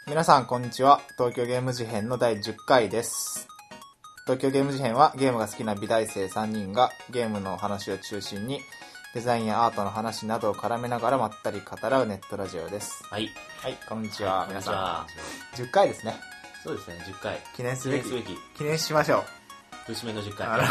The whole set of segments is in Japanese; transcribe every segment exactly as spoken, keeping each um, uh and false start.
皆さんこんにちは。東京ゲーム事変のだいじゅっかいです。東京ゲーム事変はゲームが好きな美大生さんにんがゲームの話を中心にデザインやアートの話などを絡めながらまったり語らうネットラジオです。 はい。 はい、こんにちは。 はい、 皆さん。 じゅっかいですね。 そうですね、じゅっかい。 記念すべき。 記念すべき。 記念しましょう。節目のじゅっかい。 あらやった。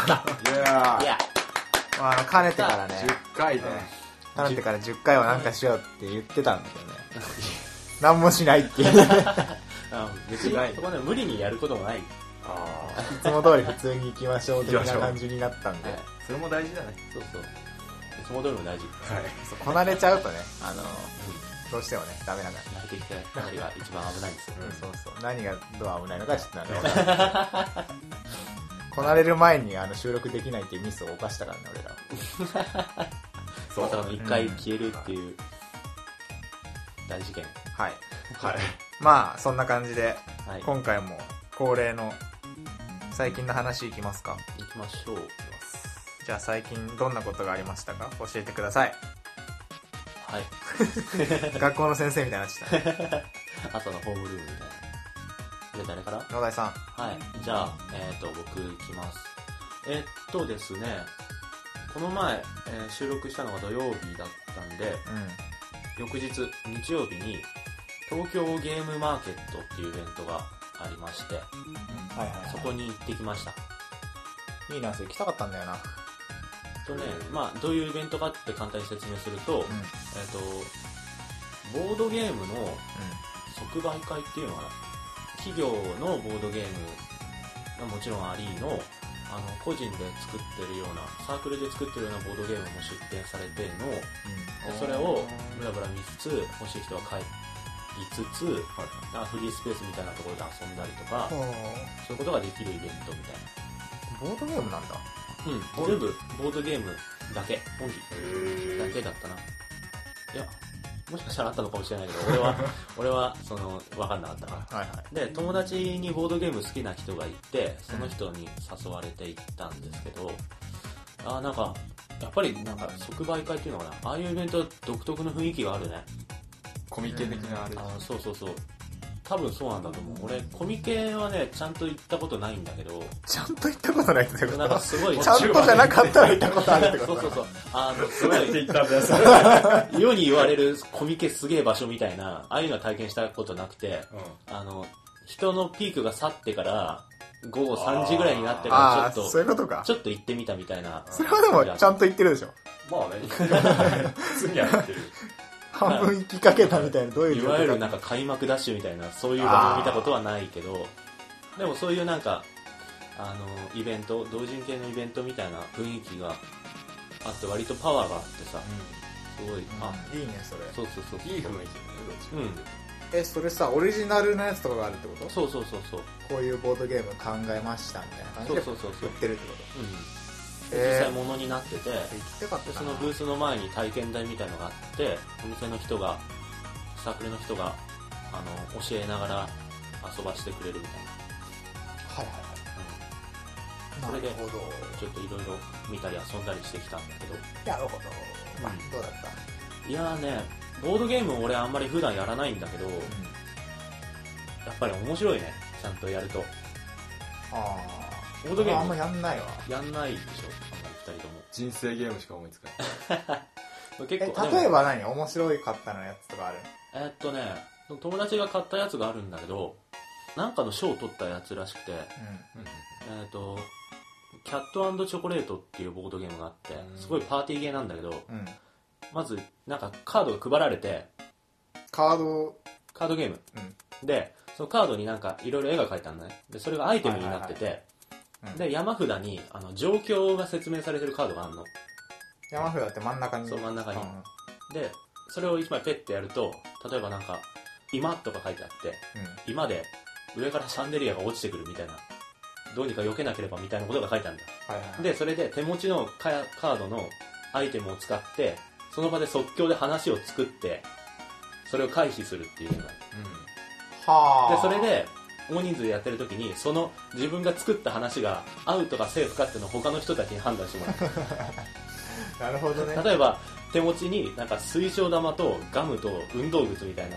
いやいや。 まあ、あの、かねてからね。 じゅっかいね。 かねてからじゅっかいはなんかしようって言ってたんだけどね。何もしないっていう。 あ別にそこね、無理にやることもない。 ああ。 いつも通り普通に行きましょう的な感じになったんで。 それも大事だね。 そうそう。いつも通りも大事。 はい。 そうこなれちゃうとね、あの、どうしてもね、ダメなんだ。 慣れてきて、何が一番危ないんですよ。 うん、そうそう。何がどう危ないのかちょっとなんか分かんない。こなれる前にあの収録できないっていうミスを犯したからね、俺らは。 そう。まさかの一回消えるっていう大事件。 はい。 はい。 まあ、そんな感じで、 はい。 今回も恒例の最近の話いきますか。 行きましょう。 じゃあ最近どんなことがありましたか教えてください。 はい。 学校の先生みたいになっちゃった。 朝のホームルームみたいな。で、誰から野田さん。 はい。じゃあ、えっと、僕行きます。えっとですね、この前、えー収録したのが土曜日だったんで、 うん。 翌日、日曜日に、東京ゲームマーケットっていうイベントがありまして、 はいはい、はい。 そこに行ってきました。 いいな、それ行きたかったんだよな。 とね、まあ、どういうイベントかって簡単に説明すると、 うん。 えっと、ボードゲームの即売会っていうのかな、企業のボードゲームがもちろんありの、あの、個人で作ってるような、サークルで作ってるようなボードゲームも出展されての、でそれをブラブラ見つつ、欲しい人は帰りつつ、なんかフリースペースみたいなところで遊んだりとか、 うん。 そういうことができるイベントみたいボードゲームなんだ。 な。うん、全部ボードゲームだけ、オンリーだけだったな。いや、もしかしたらあったのかもしれないけど、俺は、俺は、その、わかんなかったから。 はいはい。 で、友達にボードゲーム好きな人がいて、その人に誘われて行ったんですけど、あーなんか、やっぱりなんか即売会っていうのかな、ああいうイベントは独特の雰囲気があるね。 コミケ的なあれ。 あーそうそうそう。多分そうなんだと思う。俺、コミケはね、ちゃんと行ったことないんだけど、 ちゃんと行ったことないってことなんかすごい、 ちゃんとじゃなかったら行ったことあるってことそうそうそう。あの、すごい、 言ったんだよ、 世に言われるコミケすげえ場所みたいな、ああいうのは体験したことなくて、 うん。 あの、人のピークが去ってから、ごごさんじぐらいになってからああ、 ちょっと、 そういうことか。 ちょっと行ってみたみたいな。 それはでもちゃんと言ってるでしょ。 まあね、普通にはやってる。 半分行きかけたみたいな、どういうい状況かわゆるなんか開幕ダッシュみたいな、そういう場を見たことはないけど、でもそういうなんか、あの、イベント、同人系のイベントみたいな雰囲気があって、割とパワーがあってさ、すごい、あ、 いいね、それ。 そうそうそう。 いい雰囲気だね、どっちかっていうと。 え、それさ、オリジナルのやつとかがあるってことそうそうそうそう。 こういうボードゲーム考えましたみたいな感じそうでそうそうそう売。ってるってことうん。 えー実際物になってて、 行きたかったな。 でそのブースの前に体験台みたいのがあって、お店の人が、サークルの人が、あの、教えながら遊ばしてくれるみたいはいはいな。うん。それで、 なるほど。 ちょっといろいろ見たり遊んだりしてきたんだけど。 なるほど。まあうんどうだったいやーね、ボードゲーム俺あんまり普段やらないんだけど、やっぱり面白いね、ちゃんとやると。 あボードゲームあんまやんないわ。 やんないでしょ、あんまり二人とも。 人生ゲームしか思いつかない。 結構え、例えば何面白いかったのやつとかあるえーっとね、友達が買ったやつがあるんだけど、なんかの賞を取ったやつらしくて、えーっと、キャット&チョコレートっていうボードゲームがあって、すごいパーティーゲーなんだけど、 うん。うん。 まず、なんかカードが配られて、 カード、 カードゲーム。 うん。 で、そのカードになんかいろいろ絵が描いてあるのね。で、それがアイテムになってて、 はいはいうんで、山札に、あの、状況が説明されてるカードがあるの。 山札って真ん中に。 そう真ん中にうんで、それを一枚ペッてやると、例えばなんか、今とか書いてあって、今で上からシャンデリアが落ちてくるみたいな、どうにか避けなければみたいなことが書いてあるんだよ。 はいはい。 で、それで手持ちのカカードのアイテムを使って、その場で即興で話を作って、それを回避するっていうような。 はあ。 で、それで、大人数でやってる時に、その自分が作った話がアウトかセーフかっていうのを他の人たちに判断してもらなるほどね。 う。例えば、手持ちになんか水晶玉とガムと運動靴みたいな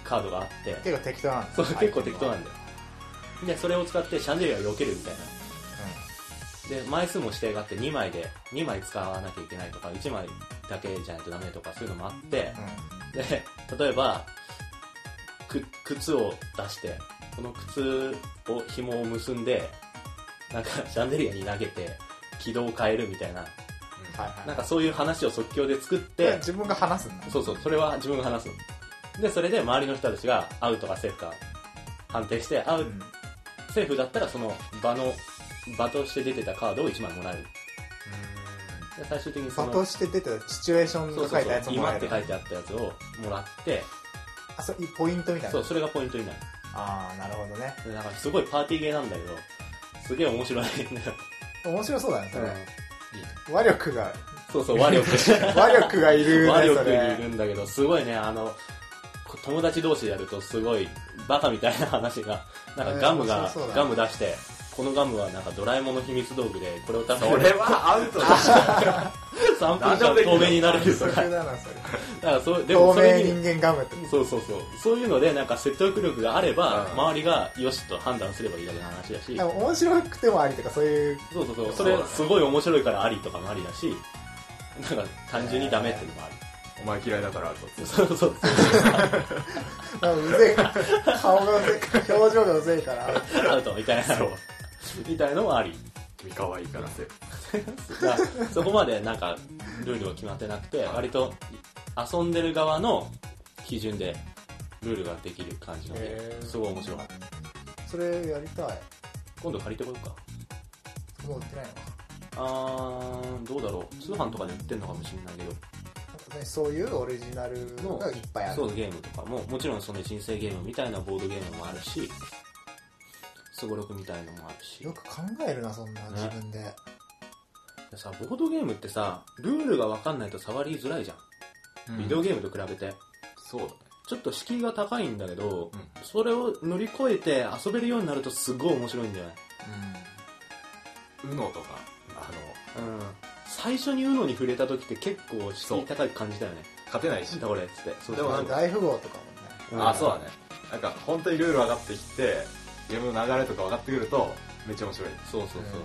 カードがあって結構適当なんだ。 そう結構適当なんだよ。でそれを使ってシャンデリアを避けるみたいな。で枚数も指定があってにまいでにまい使わなきゃいけないとかいちまいだけじゃないとダメとかそういうのもあって、うん、で例えばく靴を出してこの靴を紐を結んでなんかシャンデリアに投げて軌道を変えるみたいな、うんはいはい、なんかそういう話を即興で作って自分が話すんだ。 そうそうそれは自分が話すのでそれで周りの人たちがアウトかセーフか判定してアウ、うん、セーフだったらその場の場として出てたカードをいちまいもらえる。で最終的にその場として出てたシチュエーションが書いたやつをもらえる。 今って書いてあったやつをもらってあそポイントみたいな。 そうそれがポイントになる。 ああなるほどね。 でなんかすごいパーティーゲーなんだけどすげえ面白い面白そうだねそれ、うん、和力がそうそう和力和力がいるね和力にいるんだけどすごいねあの友達同士でやるとすごいバカみたいな話がなんかガムが、えーね、ガム出してこのガムはなんかドラえもんの秘密道具でこれを食べるそれはアウトださんぷんかん透明になれるとかだからそうでもそれに透明人間ガムってそうそうそうそういうのでなんか説得力があれば、うん、周りがよしと判断すればいいだけの話だしでも面白くてもありとかそういうそうそうそうそれすごい面白いからありとかもありだしなんか単純にダメっていうのもあり、 えー、お前嫌いだからアウトそうそうそううぜえ顔がうぜえ表情がうぜえからアウトみたいなそうみたいのもあり君可愛いからセーフそこまでなんかルールが決まってなくて割と遊んでる側の基準でルールができる感じのですごい面白い。 それやりたい。 今度借りてこようか。 もう売ってないのか。 あーどうだろう通販とかで売ってんのかもしれないけどそういうオリジナルのがいっぱいある。 そうゲームとかももちろんその人生ゲームみたいなボードゲームもあるしすごろくみたいのもあるしよく考えるなそんな、ね、自分ででさボードゲームってさルールが分かんないと触りづらいじゃん、うん、ビデオゲームと比べてそうだねちょっと敷居が高いんだけど、うん、それを乗り越えて遊べるようになるとすごい面白いんだよね。 うん、ウノとかあの、うん、最初にウノに触れた時って結構敷居高い感じだよね。 勝てないしだこれっつってそうでも大富豪とかもね、うん、あそうだねなんか本当にルール分かってきてゲームの流れとか分かってくるとめっちゃ面白い。 そうそうそう、うん、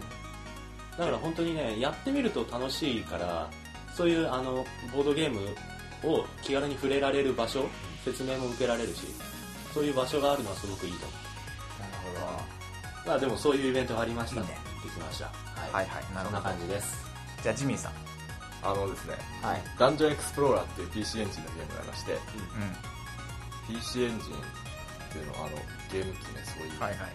だから本当にねやってみると楽しいからそういうあのボードゲームを気軽に触れられる場所説明も受けられるしそういう場所があるのはすごくいいと思う。なるほど。まあでもそういうイベントがありましたね。できました。はい、はいはいなるほど。そんな感じです。 じゃあジミーさんあのですね、 はい、 ダンジョンエクスプローラーっていう ピーシー エンジンのゲームがありまして、うん、ピーシー エンジンっていうのはあのゲーム機ねそういう、はいはい、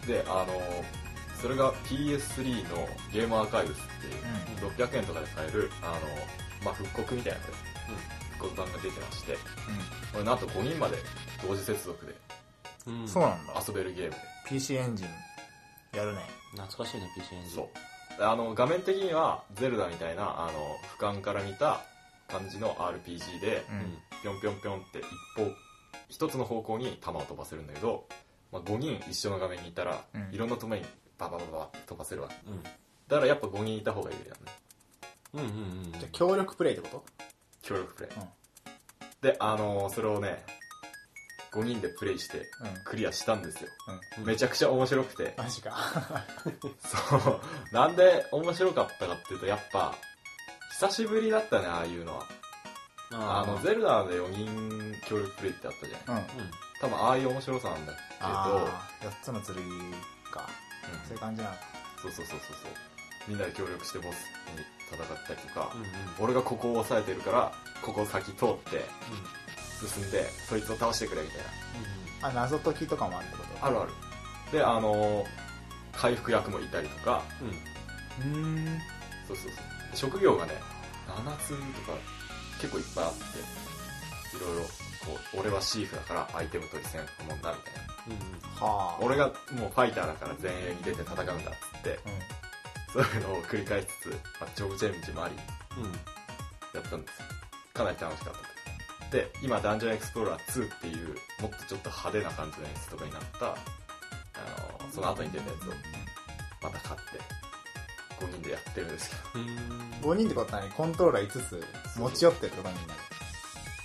であのそれが ピーエススリー のゲームアーカイブスっていう、うん、ろっぴゃくえんとかで買えるあの、まあ、復刻みたいなやつ、うん、復刻版が出てまして、うん、これなんとごにんまで同時接続で、 うん、そうなんだ遊べるゲームでピーシー エンジンやるね。 懐かしいね ピーシー エンジン。 そうあの画面的にはゼルダみたいなあの俯瞰から見た感じの アールピージー で、うん、ぴょんぴょんぴょんって一方一つの方向に弾を飛ばせるんだけど、まあ、ごにん一緒の画面にいたら、うん、いろんな球にババババって飛ばせるわけ、うん、だからやっぱごにんいた方がいいよね。 うんうんうん、 じゃあ協力プレイってこと？ 協力プレイ、うん、であのー、それをねごにんでプレイしてクリアしたんですよ、うん、めちゃくちゃ面白くて。 マジかそうなんで面白かったかっていうとやっぱ久しぶりだったねああいうのは。あのゼルダでよにん協力プレイってあったじゃない、うん、多分ああいう面白さなんだけどよっつの剣か、うん、そういう感じなのか。 そうそうそうそうそうみんなで協力してボスに戦ったりとか、うんうん、俺がここを押さえてるからここを先通って、うん、進んでそいつを倒してくれみたいな、うんうん、あ謎解きとかもあるってこと？ あるある。であのー、回復役もいたりとか、 うん、うーんそうそうそう職業がねななつとか結構いっぱいあっていろいろこう俺はシーフだからアイテム取り戦不問だみたいな、うんうん、はあ、俺がもうファイターだから前衛に出て戦うんだっつって、うん、そういうのを繰り返しつつ、まあ、ジョブチェンジもあり、うん、やったんですよ。かなり楽しかったで今ダンジョンエクスプローラーツーっていうもっとちょっと派手な感じの演出とかになったあのその後に出たやつをまた買ってごにんでやってるんですけど。 ごにんってことはねコントローラーいつつ持ち寄ってるとかになる。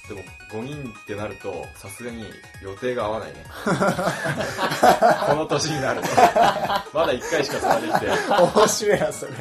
でもごにんってなるとさすがに予定が合わないねこの年になるとまだいっかいしか参加できて面白いなそれ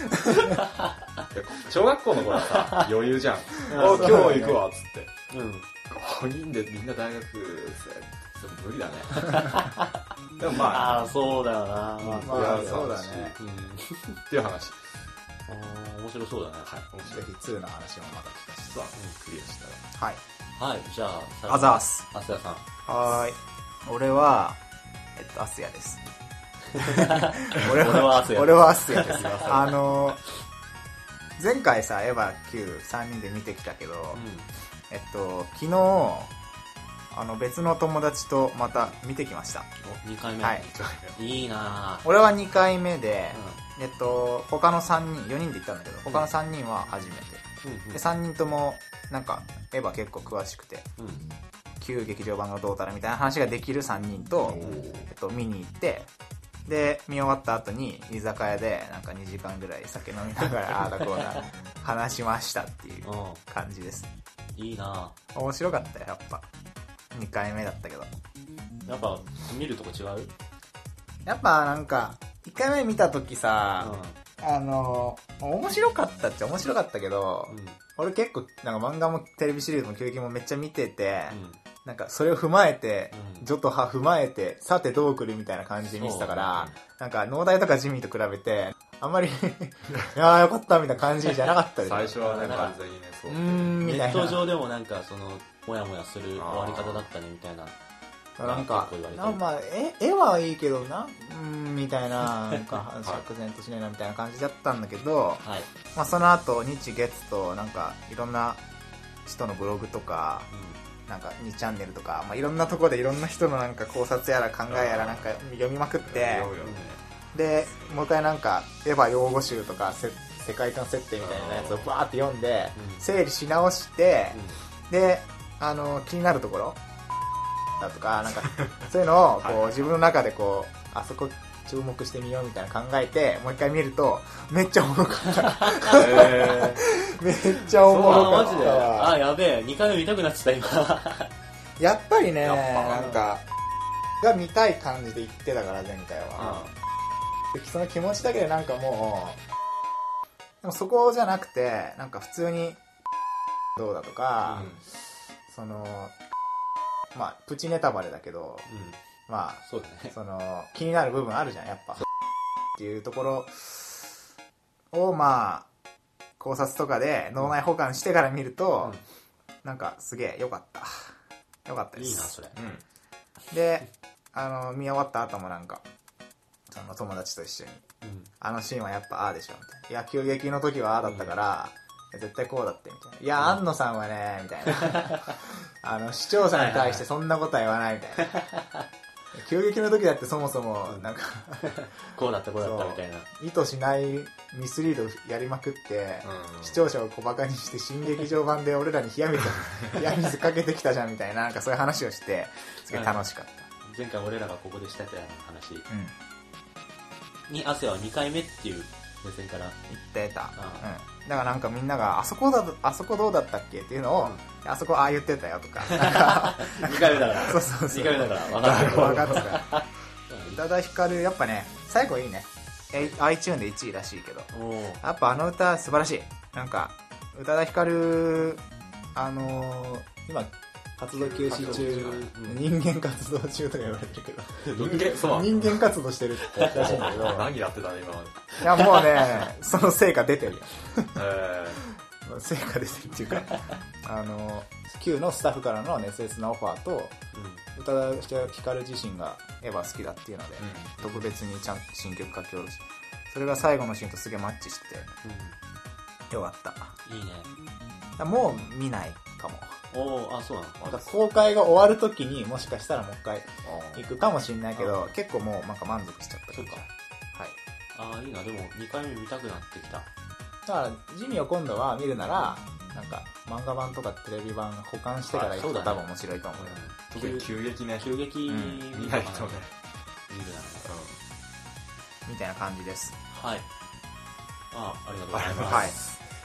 小学校の頃はさ余裕じゃんお今日行くわっつって、うん、ごにんでみんな大学生無理だねでもまああそうだよな、まあ、 まあそうだね、 うん、っていう話あ面白そうだね。 はい。ぜひツーの話もまた聞かせて。 うん、クリアしたら。はい。 はい、じゃあ、 あざーす。 アスヤさん。 はーい。俺は、えっと、アスヤです。俺は、俺はアスヤ。 俺はアスヤです。あの、前回さ、エヴァキューさんにんで見てきたけど、うん、えっと、昨日、あの別の友達とまた見てきました。 にかいめ。 はい。 いいなぁ。 俺はにかいめで、うん、えっと、他のさんにん、よにんで行ったんだけど、他のさんにんは初めて。うん、で、さんにんとも、なんか、エヴァ結構詳しくて、うん、旧劇場版がどうたらみたいな話ができるさんにんと、えっと、見に行って、で、見終わった後に、居酒屋で、なんかにじかんぐらい酒飲みながら、ああだこうだ、話しましたっていう感じです。 いいなぁ。 面白かったよ、やっぱ。にかいめだったけど。 やっぱ、見るとこ違う？ やっぱなんか、いっかいめ見たときさ、うん、あの、面白かったっちゃ面白かったけど、うん、俺結構、なんか漫画もテレビシリーズも教育もめっちゃ見てて、うん、なんかそれを踏まえて、うん、ジョとハ踏まえて、さてどう来るみたいな感じで見てたから、ね、なんか農大とかジミーと比べて、あんまり、いやーよかったみたいな感じじゃなかったです最初はね、完全にね、そう。うーん、みたいな。 ネット上でもなんかその、もやもやする終わり方だったねみたいな。 なんか、なんまあ、絵、絵はいいけどな、うーん、みたいな、なんか、釈然としないなみたいな感じだったんだけど、はい、まあその後、日月と、なんか、いろんな人のブログとか、うん、なんかにチャンネルとか、まあいろんなところでいろんな人のなんか考察やら考えやらなんか読みまくって、で、もう一回なんか、エヴァ用語集とか、世界観設定みたいなやつをバーって読んで、うん、整理し直して、うん、で、あの、気になるところだとか、なんか、そういうのを、こう、自分の中でこう、あそこ注目してみようみたいな考えて、もう一回見ると、めっちゃおもろかった。えー、めっちゃおもろかった。 マジであ、やべえ、にかいめ見たくなってた、今。 やっぱりね、なんか、が見たい感じで言ってたから、前回は。うん、その気持ちだけでなんかもう、でもそこじゃなくて、なんか普通に、どうだとか、うん、その、まあ、プチネタバレだけど、うん、まあ、 そうだね。 その、気になる部分あるじゃん、やっぱ。っていうところを、まあ、考察とかで脳内保管してから見ると、うん、なんかすげえ良かった。良かったです。 いいな、それ。うん。で、あの、見終わった後もなんか、その友達と一緒に、うん、あのシーンはやっぱああでしょ、みたいな。野球劇の時はああだったから、うん、絶対こうだって、みたいな。いや、安野さんはね、みたいな。あの、視聴者に対してそんなことは言わないみたいな。急激の時だってそもそも、なんかこうだったこうだったみたいな。 意図しないミスリードやりまくって、うん、視聴者を小馬鹿にして新劇場版で俺らに冷や水、冷や水かけてきたじゃんみたいな、なんかそういう話をして、すげえ楽しかった。 前回俺らがここでしたような話。うん、に、汗はにかいめっていう目線から言ってた。うん。だからなんかみんなが、あそこだ、あそこどうだったっけっていうのを、うん、あそこああ言ってたよとか。 にかいめだから。 そうそうそう。 にかいめだから分かる。 分かってた。宇多田ヒカル、やっぱね、最後いいね。iTunes でいちいらしいけど。やっぱあの歌素晴らしい。なんか、宇多田ヒカル、あのー、今、活動休止中、人間活動中とか言われてるけど、 人間、そう人間活動してるってらしいんだけど、 何やってたね、今まで。 いや、もうね、その成果出てるよ。えー、成果出てるっていうか、あの、Q のスタッフからの熱烈なオファーと、宇多田ヒカル自身がエヴァ好きだっていうので、うん、特別にちゃんと新曲書き下ろし、それが最後のシーンとすげえマッチして、うん、よかった。 いいね。 もう見ないかも。 おあ、そうなの。 なんか公開が終わるときにもしかしたらもう一回行くかもしれないけど、結構もうなんか満足しちゃったというか。はい。 ああ、いいな。でもにかいめ見たくなってきた。 だからジミーを今度は見るなら、なんか漫画版とかテレビ版保管してから行くと多分面白いと思う。 特に急激ね。 急激見ないとね。 見るならね。 みたいな感じです。 はい。ああ、ありがとうございます。はい。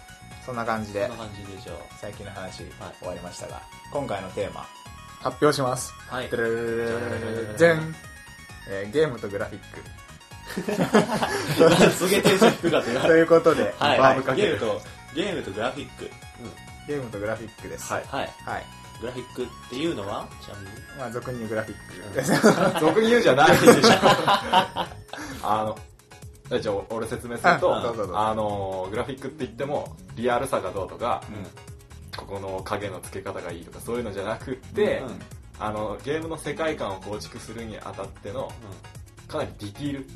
そんな感じでそんな感じでじゃあ最近の話、 はい、 終わりましたが、今回のテーマ発表します。 はい。 じゃん、えー、ゲームとグラフィック。 すげえテンション低かったよ。 ということで、 はい、 バーブかゲームとゲームとグラフィック。うん、 ゲームとグラフィックです。 はい。はい。 はい。 グラフィックっていうのはちなみに、 まあ俗に言うグラフィックです。 俗に言うじゃないでしょ。あのじゃあ俺説明すると、あのグラフィックって言ってもリアルさがどうとか、うん、ここの影の付け方がいいとかそういうのじゃなくって、うん、あのゲームの世界観を構築するにあたっての、うん、かなりディティール、うん、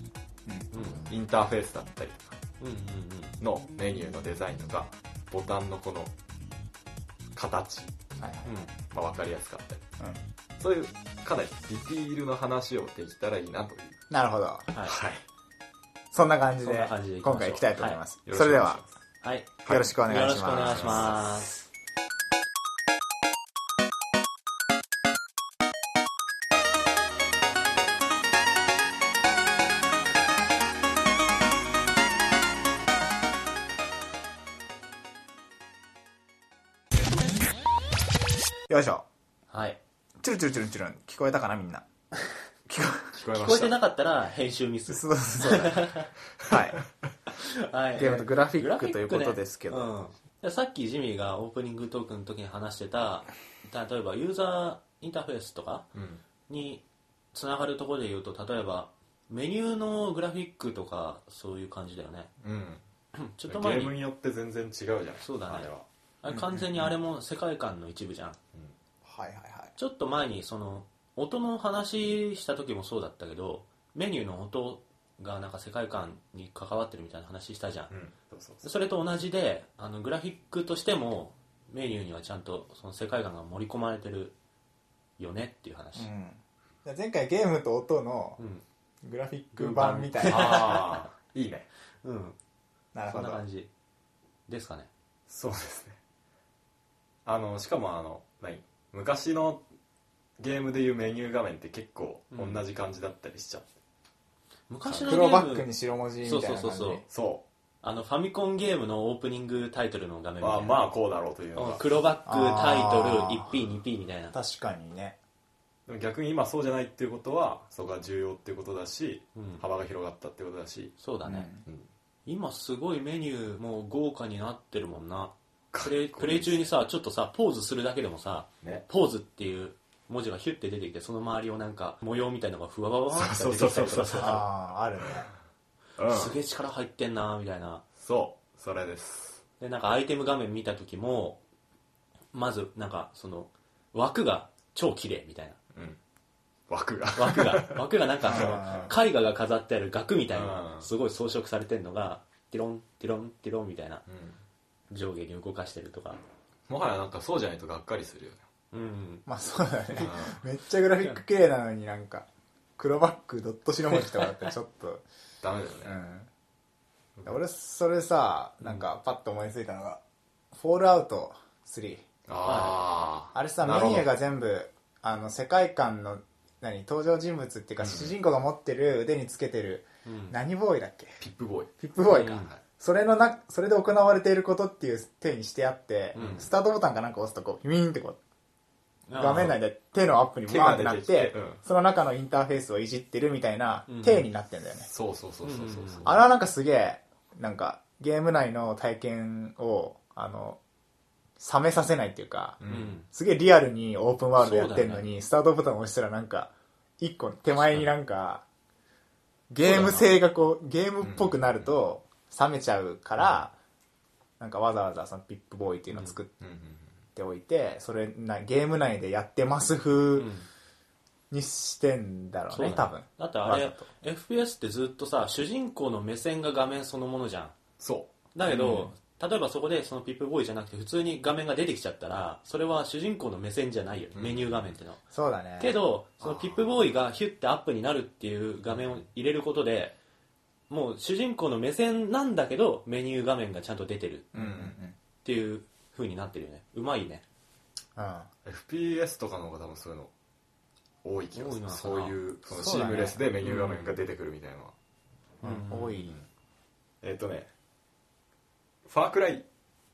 インターフェースだったりとかのメニューのデザインとかボタンのこの形、はいはい、うん、まあ、分かりやすかったり、うん、そういうかなりディティールの話をできたらいいなという。 なるほど。はい。はい、そんな感じで今回いきたいと思います。はい、それでは、 はい、 よろしくお願いします。 よろしくお願いします。 よいしょ。 はい。 チュルチュルチュルチュル聞こえたかなみんな。 聞こえました。聞こえてなかったら編集ミス。 そうそうそう。はい。はい。ゲームとグラフィックということですけど、ね、 うん、さっきジミーがオープニングトークの時に話してた、例えばユーザーインターフェースとかにつながるところで言うと、例えばメニューのグラフィックとかそういう感じだよね。 うん。ちょっと前にゲームによって全然違うじゃん。 そうだね。あれは。あれ完全にあれも世界観の一部じゃん。うん、 はいはいはい。 ちょっと前にその音の話した時もそうだったけど、メニューの音がなんか世界観に関わってるみたいな話したじゃん。うん、そうそうそう。それと同じで、あのグラフィックとしてもメニューにはちゃんとその世界観が盛り込まれてるよねっていう話。 うん、前回ゲームと音のグラフィック版みたいな、うん、 あいいね。 うん。なるほど。そんな感じですかね。 そうですね。あのしかもあの何昔のゲームでいうメニュー画面って結構同じ感じだったりしちゃって、 うん、昔のゲーム黒バックに白文字みたいな感じ。 そうそうそうそう。 あのファミコンゲームのオープニングタイトルの画面みたいな。 あまあこうだろうというのが黒バックタイトル いちピーにピー みたいな。 確かにね。 でも逆に今そうじゃないっていうことはそこが重要っていうことだし、うん、幅が広がったってことだし。 そうだね、うん、今すごいメニューも豪華になってるもんな。プレイ、プレイ中にさちょっとさポーズするだけでもさ、ね、ポーズっていう文字がヒュッて出てきて、その周りをなんか模様みたいなのがふわわわって出てきたりとかさ、 あああるね、 うん、すげえ力入ってんなみたいな。 そうそれです。 でなんかアイテム画面見た時もまずなんかその枠が超綺麗みたいな、うん、 枠が枠が枠がなんかその絵画が飾ってある額みたいなすごい装飾されてるのがティロンティロンティロンみたいな、うん、上下に動かしてるとか。 もはやなんかそうじゃないとがっかりするよね。 うん、 まあそうだね、うん、めっちゃグラフィック綺麗なのになんか黒バックドット白文字とかだったらちょっとダメだよね、 うん、俺それさなんかパッと思いついたのが、うん、フォールアウトスリー。ああれさメニューが全部あの世界観の何登場人物っていうか、うん、主人公が持ってる腕につけてる、うん、何ボーイだっけ。 ピップボーイ。 ピップボーイか、うん、それのなそれで行われていることっていう手にしてあって、うん、スタートボタンかなんか押すとこうヒミーンってこう画面内で手のアップにバーンってなって、うん、その中のインターフェースをいじってるみたいな手になってんだよね、うん、 そうそうそうそうそう、うん、 あれはなんかすげえなんかゲーム内の体験をあの冷めさせないっていうか、うん、すげえリアルにオープンワールドやってるのに、ね、スタートボタンを押したらなんか一個手前になんかゲーム性がこうゲームっぽくなると冷めちゃうから、うん、なんかわざわざそのピップボーイっていうのを作って、うんうんておいてそれなゲーム内でやってます風にしてんだろうね、うん、多分。 だってあれ エフピーエス ってずっとさ主人公の目線が画面そのものじゃん。 そうだけど、うん、例えばそこでそのピップボーイじゃなくて普通に画面が出てきちゃったらそれは主人公の目線じゃないよね、うん、メニュー画面っての。 そうだね。 けどそのピップボーイがヒュッてアップになるっていう画面を入れることでもう主人公の目線なんだけどメニュー画面がちゃんと出てるっていう風になってるよね。うまいね。 うん、 エフピーエス とかの方が多分そういうの多い気がする。そういうそのシームレスでメニュー画面が出てくるみたいなのは、 うんうん、多い。 えっ、ー、とねファークライ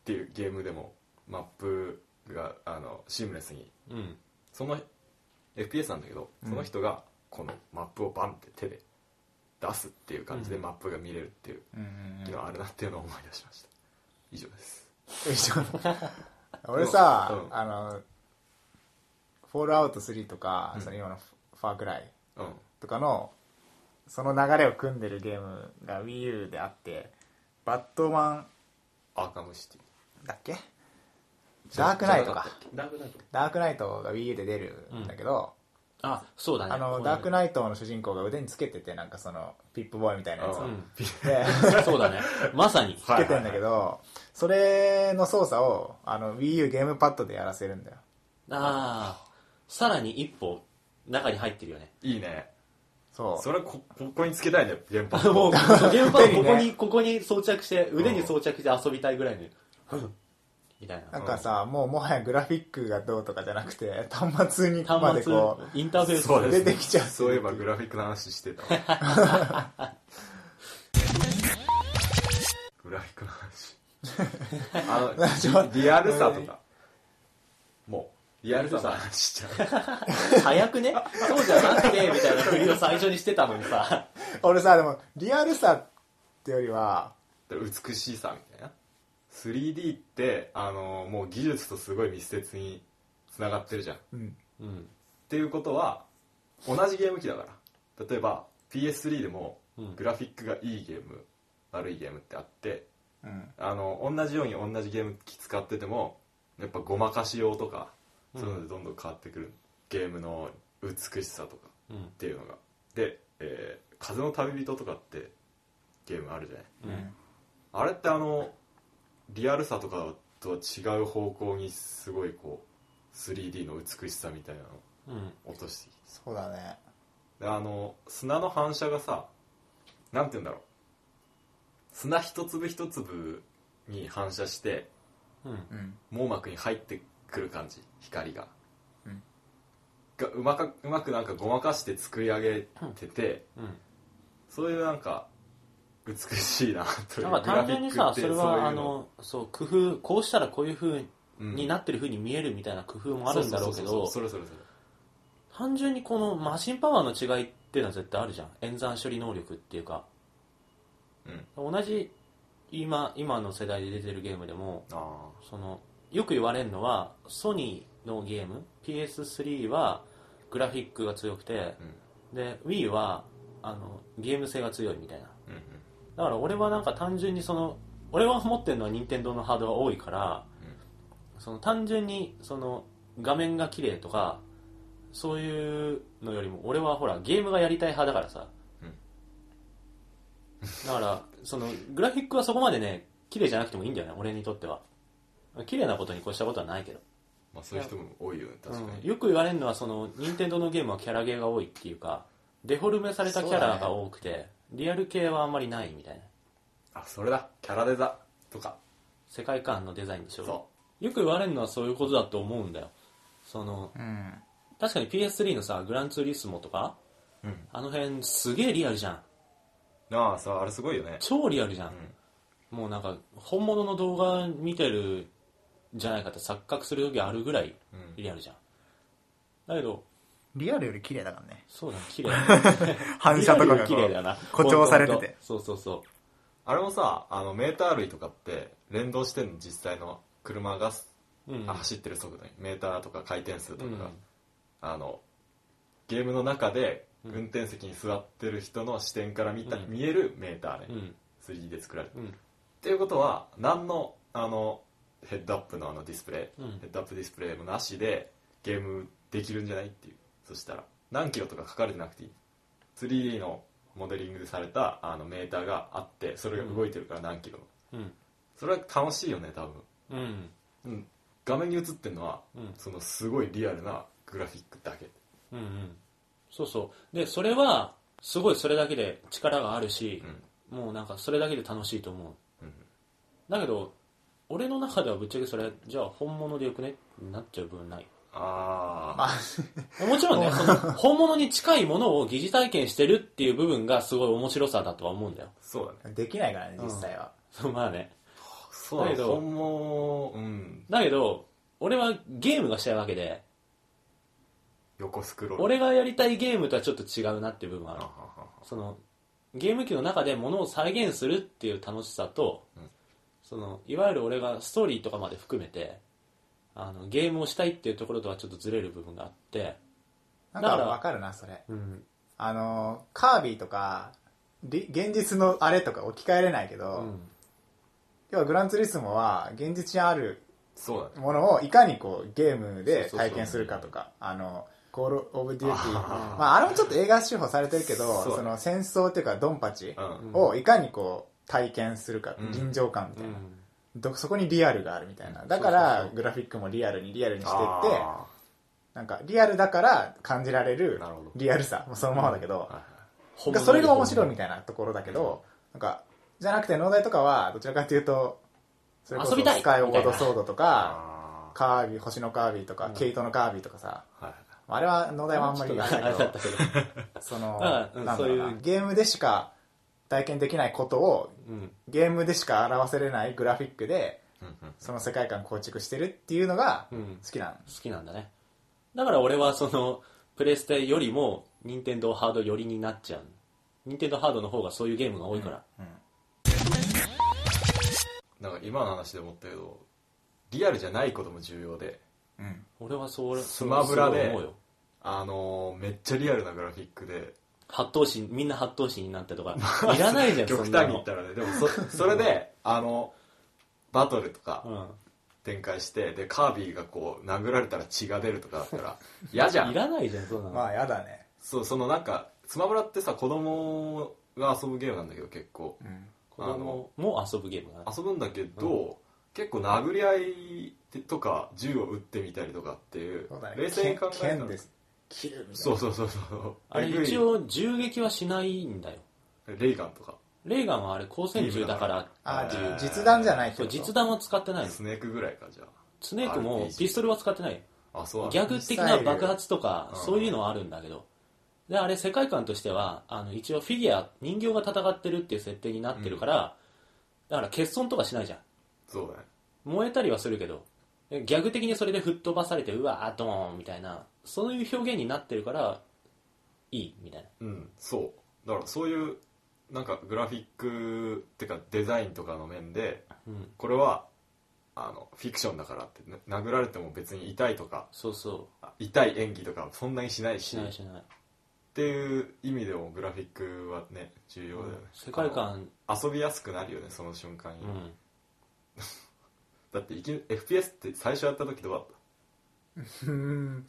っていうゲームでもマップがあのシームレスに、うん、その エフピーエス なんだけど、うん、その人がこのマップをバンって手で出すっていう感じでマップが見れるっていうのがあるなっていうのを思い出しました。以上です。 以上俺さ、うん、あのフォールアウトスリーとか、うん、その今のファークライとかの、うん、その流れを組んでるゲームが Wii U であって、バットマンアーカムシティだっけ、ダークナイトか、 ダークナイトダークナイトが Wii U で出るんだけど、 うん、あ、そうだね、 あのダークナイトの主人公が腕につけてて、なんかそのピップボーイみたいなやつを、うん、 でそうだね、まさにつけてんだけど、はいはいはい、それの操作をあの Wii U ゲームパッドでやらせるんだよ。 ああ、さらに一歩中に入ってるよね。 いいね。 そう。 それこここにつけたいね、ゲームパッド。 もうゲームパッドここに、ね、ここに装着して腕に装着して遊びたいぐらいに、うん、みたいな。 なんかさ、もうもはやグラフィックがどうとかじゃなくて、端末にまでこうインターフェースが出てきちゃう。 そういえばグラフィックの話してた。グラフィックの話。あのリアルさとか、もうリアルさの話しちゃう。 早くね、そうじゃなくてみたいな振りを最初にしてたのにさ。 俺さ、でもリアルさってよりは美しさみたいな。スリーディー ってあのもう技術とすごい密接につながってるじゃん。うんうん、っていうことは同じゲーム機だから。例えば ピーエススリー でもグラフィックがいいゲーム、悪いゲームってあって。うん、あの同じように同じゲーム機使っててもやっぱごまかしようとか、うん、そういうのでどんどん変わってくるゲームの美しさとかっていうのが、うん、で、えー、風の旅人とかってゲームあるじゃない、うん、あれってあのリアルさとかとは違う方向にすごいこう スリーディー の美しさみたいなのを落としてきて、 うん、そうだね。 であの砂の反射がさ、なんて言うんだろう、砂一粒一粒に反射して、うん、網膜に入ってくる感じ、光が、うん、がうまかうまくなんかごまかして作り上げてて、うんうん、そういうなんか美しいなという。 なんか単純にさ、それはあのそう工夫、こうしたらこういう風になってる風に見えるみたいな工夫もあるんだろうけど、単純にこのマシンパワーの違いっていうのは絶対あるじゃん。演算処理能力っていうか。うん、同じ 今, 今の世代で出てるゲームでも、あそのよく言われるのはソニーのゲーム ピーエススリー はグラフィックが強くて、うん、で Wii はあのゲーム性が強いみたいな、うんうん、だから俺はなんか単純にその俺は持ってるのは任天堂のハードが多いから、うん、その単純にその画面が綺麗とかそういうのよりも俺はほらゲームがやりたい派だからさ、だからそのグラフィックはそこまでね綺麗じゃなくてもいいんだよね、俺にとっては。綺麗なことに越したことはないけど、 まあそういう人も多いよね、確かに、 うん、よく言われるのはその任天堂のゲームはキャラゲーが多いっていうか、デフォルメされたキャラが多くて、ね、リアル系はあんまりないみたいな。 あ、それだ、キャラデザとか世界観のデザインでしょ。そうよく言われるのはそういうことだと思うんだよ。その、うん、確かに ピーエススリー のさグランツーリスモとか、うん、あの辺すげえリアルじゃん。 ああ、そう、あれすごいよね。 超リアルじゃん、うん、もうなんか本物の動画見てるじゃないかって錯覚する時あるぐらいリアルじゃん、うん、だけどリアルより綺麗だからね。 そうだね、綺麗反射とかが綺麗だな、 誇張されてて。 そうそうそう。 あれもさ、あのメーター類とかって連動してんの、実際の車が、うん、走ってる速度にメーターとか回転数とかが、うん、あのゲームの中で運転席に座ってる人の視点から見た、うん、見えるメーターね、うん、スリーディー で作られてる、うん、っていうことは何のあのヘッドアップのあのディスプレイ、うん、ヘッドアップディスプレイもなしでゲームできるんじゃないっていう。そしたら何キロとか書かれてなくていい、 スリーディー のモデリングされたあのメーターがあってそれが動いてるから何キロ、うん、それは楽しいよね多分、うんうん、画面に映ってるのは、うん、そのすごいリアルなグラフィックだけ、 うんうん、そうそうで、それはすごいそれだけで力があるし、うん、もうなんかそれだけで楽しいと思う、うん、だけど俺の中ではぶっちゃけそれじゃあ本物でよくねってなっちゃう部分ない。 ああもちろんねその本物に近いものを疑似体験してるっていう部分がすごい面白さだとは思うんだよ。 そうだね、 できないからね実際は、 うん、そうまあねそうだけど、本物、うん。 だけど、俺はゲームがしたいわけで、 横スクロール。 俺がやりたいゲームとはちょっと違うなっていう部分がある。その、ゲーム機の中で物を再現するっていう楽しさと、うん、その、いわゆる俺がストーリーとかまで含めて、あの、ゲームをしたいっていうところとはちょっとずれる部分があって、 なんかわかるな、それ。うん、あの、カービィとか、現実のあれとか置き換えれないけど、うん、要はグランツーリスモは現実にあるものをいかにこうゲームで体験するかとか、あの、コールオブデューティー、まああれもちょっと映画手法されてるけど、その戦争っていうかドンパチをいかにこう体験するか、うん、臨場感みたいな、うん、そこにリアルがあるみたいな。だからグラフィックもリアルにリアルにしてって、なんかリアルだから感じられるリアルさもそのままだけど、うん、それが面白いみたいなところだけど、なんかじゃなくて農大とかはどちらかというとそれこそスカイオードソードとかカービィ星のカービィとか、うん、ケイトのカービィとかさ、はい、あれは農大はあんまりあれだけどそのなんだろうな、ゲームでしか体験できないことを、うん、ゲームでしか表せれないグラフィックで、うん、その世界観構築してるっていうのが好きなの、うん、 好きなんだね。だから俺はそのプレステよりも任天堂ハード寄りになっちゃう。任天堂ハードの方がそういうゲームが多いから、うんうん、 なんか今の話で思ったけどリアルじゃないことも重要で、 うん、俺はそうスマブラで思うよ。あのー、めっちゃリアルなグラフィックで八頭身みんな八頭身になってとかいらないじゃん極端に言ったらね。でも そ, それであのバトルとか、うん展開してでカービィがこう殴られたら血が出るとかだったら嫌じゃん。 いらないじゃんそんなの。 まあ嫌だね。 そうそのなんかスマブラってさ子供が遊ぶゲームなんだけど結構、うん、 子供も遊ぶゲームだね。 遊ぶんだけど、うん、結構殴り合いとか銃を撃ってみたりとかっていう、 ね、冷静に考えたら剣です切るみたいな。そうそうそうそうあれ一応銃撃はしないんだよ。 レイガンとかレーガンはあれ光線銃だからっていう。 実弾じゃないってこと。 実弾は使ってないの。 スネークぐらいかじゃあ。 スネークもピストルは使ってない。 あ、そう。 ギャグ的な爆発とかそういうのはあるんだけど。であれ世界観としてはあの一応フィギュア人形が戦ってるっていう設定になってるから、うん、だから欠損とかしないじゃん。 そうだね。 燃えたりはするけどギャグ的にそれで吹っ飛ばされてうわードーンみたいなそういう表現になってるからいいみたいな。 うん、そう。だからそういうなんかグラフィックってかデザインとかの面で、うん、これはあのフィクションだからって殴られても別に痛いとかそうそう痛い演技とかそんなにしないししないしないっていう意味でもグラフィックはね重要だよね、うん、 世界観遊びやすくなるよねその瞬間に、うん、だっていき エフピーエス って最初やった時どうだったうん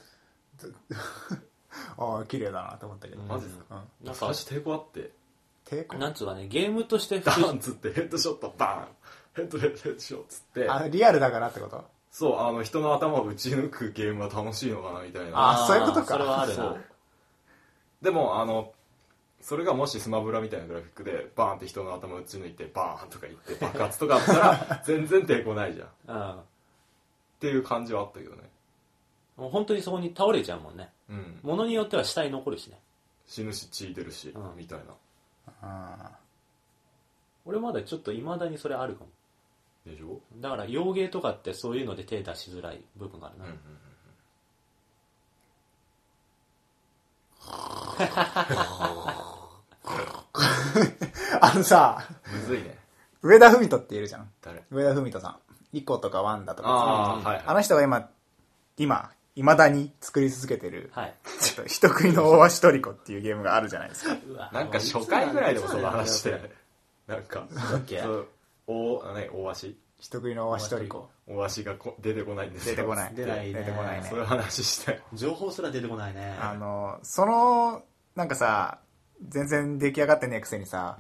ああ綺麗だなと思ったけど、 マジですか、うん、なんか最初抵抗あってなんつうかねゲームとしてダーンつってヘッドショットバーンヘッドヘッドヘッドショットつってあリアルだからってこと？ そうあの人の頭を打ち抜くゲームは楽しいのかなみたいな。 あそういうことか。 それはあるな。 でもあのそれがもしスマブラみたいなグラフィックでバーンって人の頭を打ち抜いてバーンとか言って爆発とかあったら全然抵抗ないじゃんっていう感じはあったけどね。 もう本当にそこに倒れちゃうもんね、うん、物によっては死体残るしね死ぬし血出るし、うん、みたいな。 あ俺まだちょっと未だにそれあるかもでしょ。 だから洋芸とかってそういうので手出しづらい部分があるな、うんうんうん、あのさむずいね上田文人っているじゃん。 誰？ 上田文人さんイコとかワンダとかあ,、はいはい、 あの人が今今未だに作り続けてる、 はい、 ちょっと人食いの大足トリコっていうゲームがあるじゃないですか。 なんか初回ぐらいでもその話してなんかそう大何大足人食いの大足トリコ大足がこ出てこないんですよ。 出てこない出ないね。 出てこないね。 そういう話して情報すら出てこないね。 あのそのなんかさ全然出来上がってねえくせにさ、うん、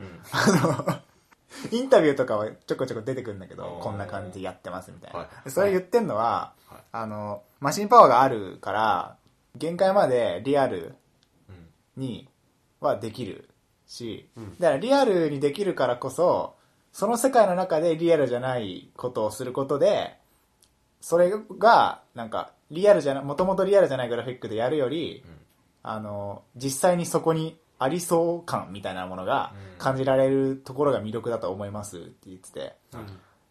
あのインタビューとかはちょこちょこ出てくるんだけどこんな感じでやってますみたいな、はい、それ言ってんのは、はい、あのマシンパワーがあるから限界までリアルにはできるし、うん、だからリアルにできるからこそその世界の中でリアルじゃないことをすることでそれがなんかリアルじゃなもともとリアルじゃないグラフィックでやるより、うん、あの実際にそこにありそう感みたいなものが感じられるところが魅力だと思いますって言ってて、うん、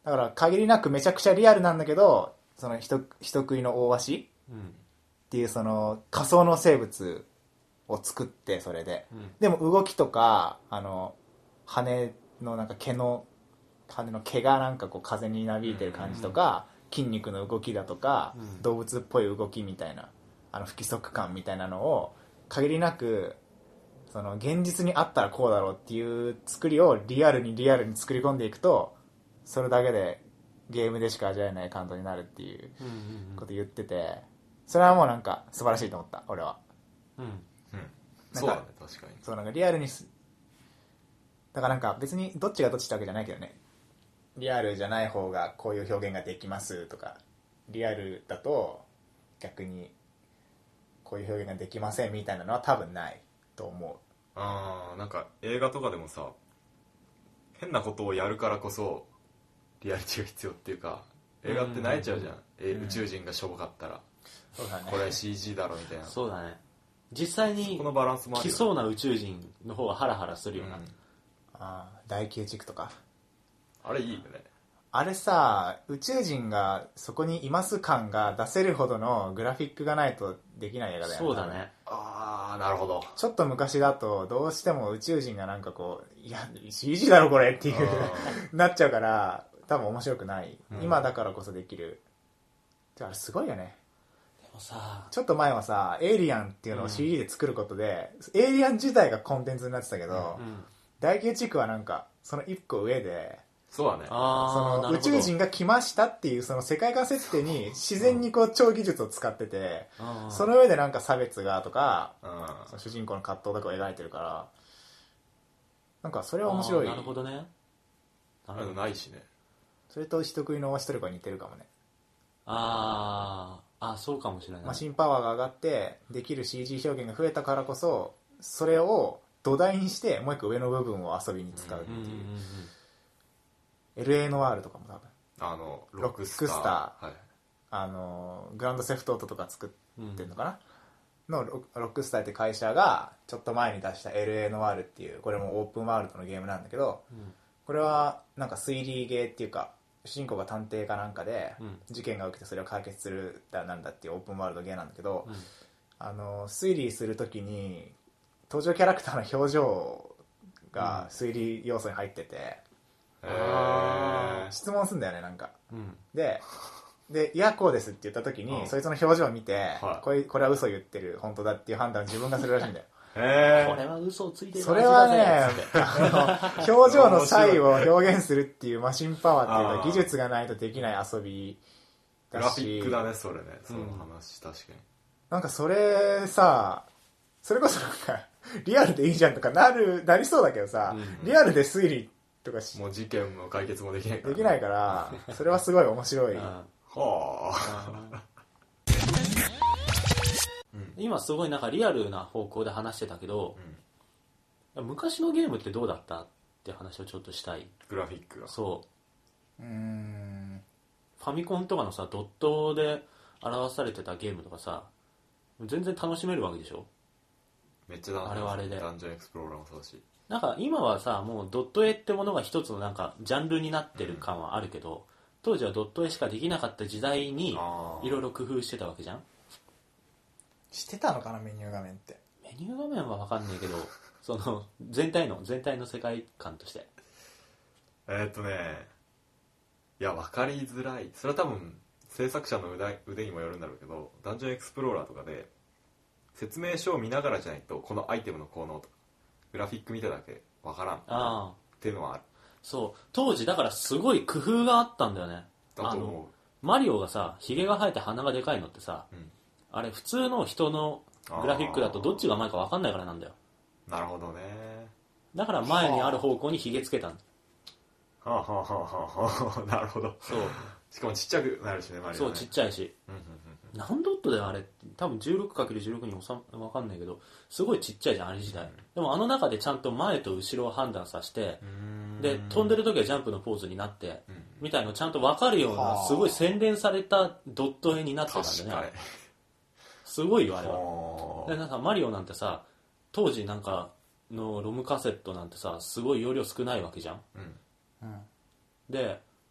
だから限りなくめちゃくちゃリアルなんだけど、その人人食いの大鷲っていうその仮想の生物を作って、それで、うん、でも動きとかあの羽のなんか毛の羽の毛がなんかこう風になびいてる感じとか、うん、筋肉の動きだとか、うん、動物っぽい動きみたいなあの不規則感みたいなのを限りなくその現実にあったらこうだろうっていう作りをリアルにリアルに作り込んでいくと、それだけでゲームでしか味わえない感動になるっていうこと言ってて、それはもうなんか素晴らしいと思った俺は。うん、うん、 そうだね、確かに。 そうなんかリアルにすだからなんか別にどっちがどっちってわけじゃないけどね、リアルじゃない方がこういう表現ができますとか、リアルだと逆にこういう表現ができませんみたいなのは多分ないと思う。 ああ、なんか映画とかでもさ、変なことをやるからこそリアリティが必要っていうか、映画って泣いちゃうじゃん、うん、宇宙人がしょぼかったら、そうだね、これ シージー だろみたいな。 そうだね、実際にこのバランスもあるよ、 来そうな宇宙人の方がハラハラするよな、うん、ああ、大宮地区とかあれいいよね。 あれさ、宇宙人がそこにいます感が出せるほどのグラフィックがないとできない映画だよね。 そうだね。 ああ、なるほど。 ちょっと昔だとどうしても宇宙人がなんかこう、いや シージー だろこれっていうなっちゃうから多分面白くない、うん、今だからこそできる。あれすごいよね。 でもさ、 ちょっと前はさエイリアンっていうのを シージー で作ることで、うん、エイリアン自体がコンテンツになってたけど、うんうん、大宮地区はなんかその一個上で、 そうだね、 あその宇宙人が来ましたっていうその世界観設定に自然にこう超技術を使ってて、うん、その上でなんか差別がとか、うん、その主人公の葛藤とかを描いてるから、なんかそれは面白い。 なるほどね。 あれないしね。 それと人食いの人とか似てるかもね。 ああ、そうかもしれない。 マシンパワーが上がってできる シージー 表現が増えたからこそ、それを土台にしてもう一個上の部分を遊びに使うっていう。うんうんうんうん、エルエー ノワールとかも多分あのロックスター、はい、あのグランドセフトオートとか作ってるのかな、うん、のロックスターって会社がちょっと前に出した エルエー ノワールっていう、これもオープンワールドのゲームなんだけど、うん、これはなんか推理ゲーっていうか、主人公が探偵かなんかで事件が起きてそれを解決するだなんだっていうオープンワールドゲーなんだけど、うん、あの推理するときに登場キャラクターの表情が推理要素に入ってて、うん、あ質問するんだよねなんか、うん、ででいやこうですって言った時に、うん、そいつの表情を見て、はい、これこれは嘘言ってる本当だっていう判断を自分がするらしいんだよ。 へこれは嘘をついてる。 それはね、あの表情の差異を表現するっていうマシンパワーっていうか技術がないとできない遊びだし、 グラフィックだねそれね、その話、うん、確かに。 なんかそれさ、それこそなんかリアルでいいじゃんとかなるなりそうだけどさ、うんうん、リアルで推理とかしもう事件の解決もできないから、 ね、できないからそれはすごい面白い。はあ。今すごいなんかリアルな方向で話してたけど、うん、昔のゲームってどうだったって話をちょっとしたい。 グラフィックがそううーんファミコンとかのさドットで表されてたゲームとかさ全然楽しめるわけでしょ。 めっちゃ楽しめる。あれはあれでダンジョンエクスプローラーもそうだし、 なんか今はさもうドット絵ってものが一つのなんかジャンルになってる感はあるけど、うん、当時はドット絵しかできなかった時代にいろいろ工夫してたわけじゃん。 してたのかなメニュー画面って。 メニュー画面は分かんないけどその全体の全体の世界観としてえーっとねいや分かりづらい。それは多分制作者の腕、腕にもよるんだろうけど、ダンジョンエクスプローラーとかで説明書を見ながらじゃないとこのアイテムの効能とかグラフィック見ただけ分からんっていうのはある。 そう当時だからすごい工夫があったんだよね。 だと思う。あのマリオがさヒゲが生えて鼻がでかいのってさ、うん、あれ普通の人のグラフィックだとどっちが前か分かんないからなんだよ。 なるほどね。 だから前にある方向にヒゲつけたんだ。 はあはあはあはあなるほど。 そうしかもちっちゃくなるしねマリオね。 そうちっちゃいし、うんうんうんうん、何ドットだよあれ多分 じゅうろくかけるじゅうろく に収分かんないけどすごいちっちゃいじゃんあれ自体、うん、でもあの中でちゃんと前と後ろを判断させてで飛んでる時はジャンプのポーズになって、うん、みたいのちゃんと分かるようなすごい洗練されたドット絵になってたんだね。すごいよあれは。でなんかマリオなんてさ当時なんかのロムカセットなんてさすごい容量少ないわけじゃん、うんうん、で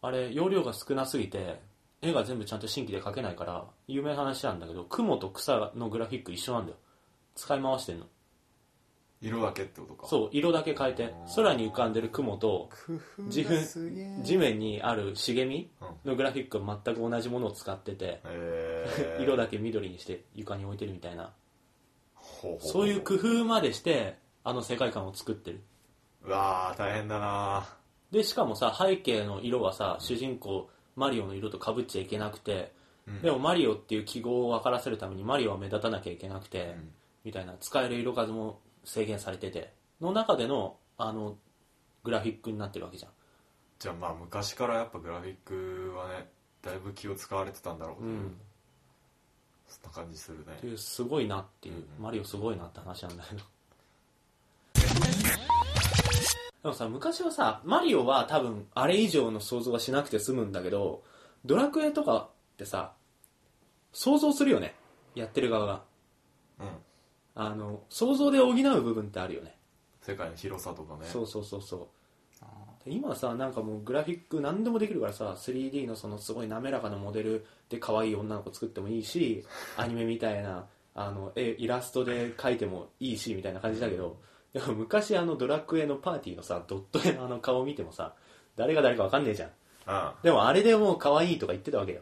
あれ容量が少なすぎて絵が全部ちゃんと新規で描けないから有名な話なんだけど、雲と草のグラフィック一緒なんだよ。使い回してんの。 色だけってことか。 そう、色だけ変えて空に浮かんでる雲と自分地面にある茂みのグラフィックは全く同じものを使ってて、 へー色だけ緑にして床に置いてるみたいな、 ほうほうほうそういう工夫までしてあの世界観を作ってる。 うわー大変だな。 でしかもさ、背景の色はさ、主人公マリオの色と被っちゃいけなくて、うん、でもマリオっていう記号を分からせるためにマリオは目立たなきゃいけなくて、うん、みたいな、使える色数も制限されてての中でのあのグラフィックになってるわけじゃん。 じゃあまあ昔からやっぱグラフィックはねだいぶ気を使われてたんだろう、うん、そんな感じするね。 っていう、すごいなっていう、うん、マリオすごいなって話なんだけどでもさ、昔はさ、マリオは多分あれ以上の想像はしなくて済むんだけど、ドラクエとかってさ、想像するよね、やってる側が。うん。あの、想像で補う部分ってあるよね。 世界の広さとかね。 そうそうそうそう。今さ、なんかもうグラフィック何でもできるからさ、スリーディー のそのすごい滑らかなモデルで可愛い女の子作ってもいいし、アニメみたいなあの絵イラストで描いてもいいしみたいな感じだけど、でも昔あのドラクエのパーティーのさ、ドット絵のあの顔を見てもさ、誰が誰か分かんねえじゃん。ああ、でもあれでもう可愛いとか言ってたわけよ。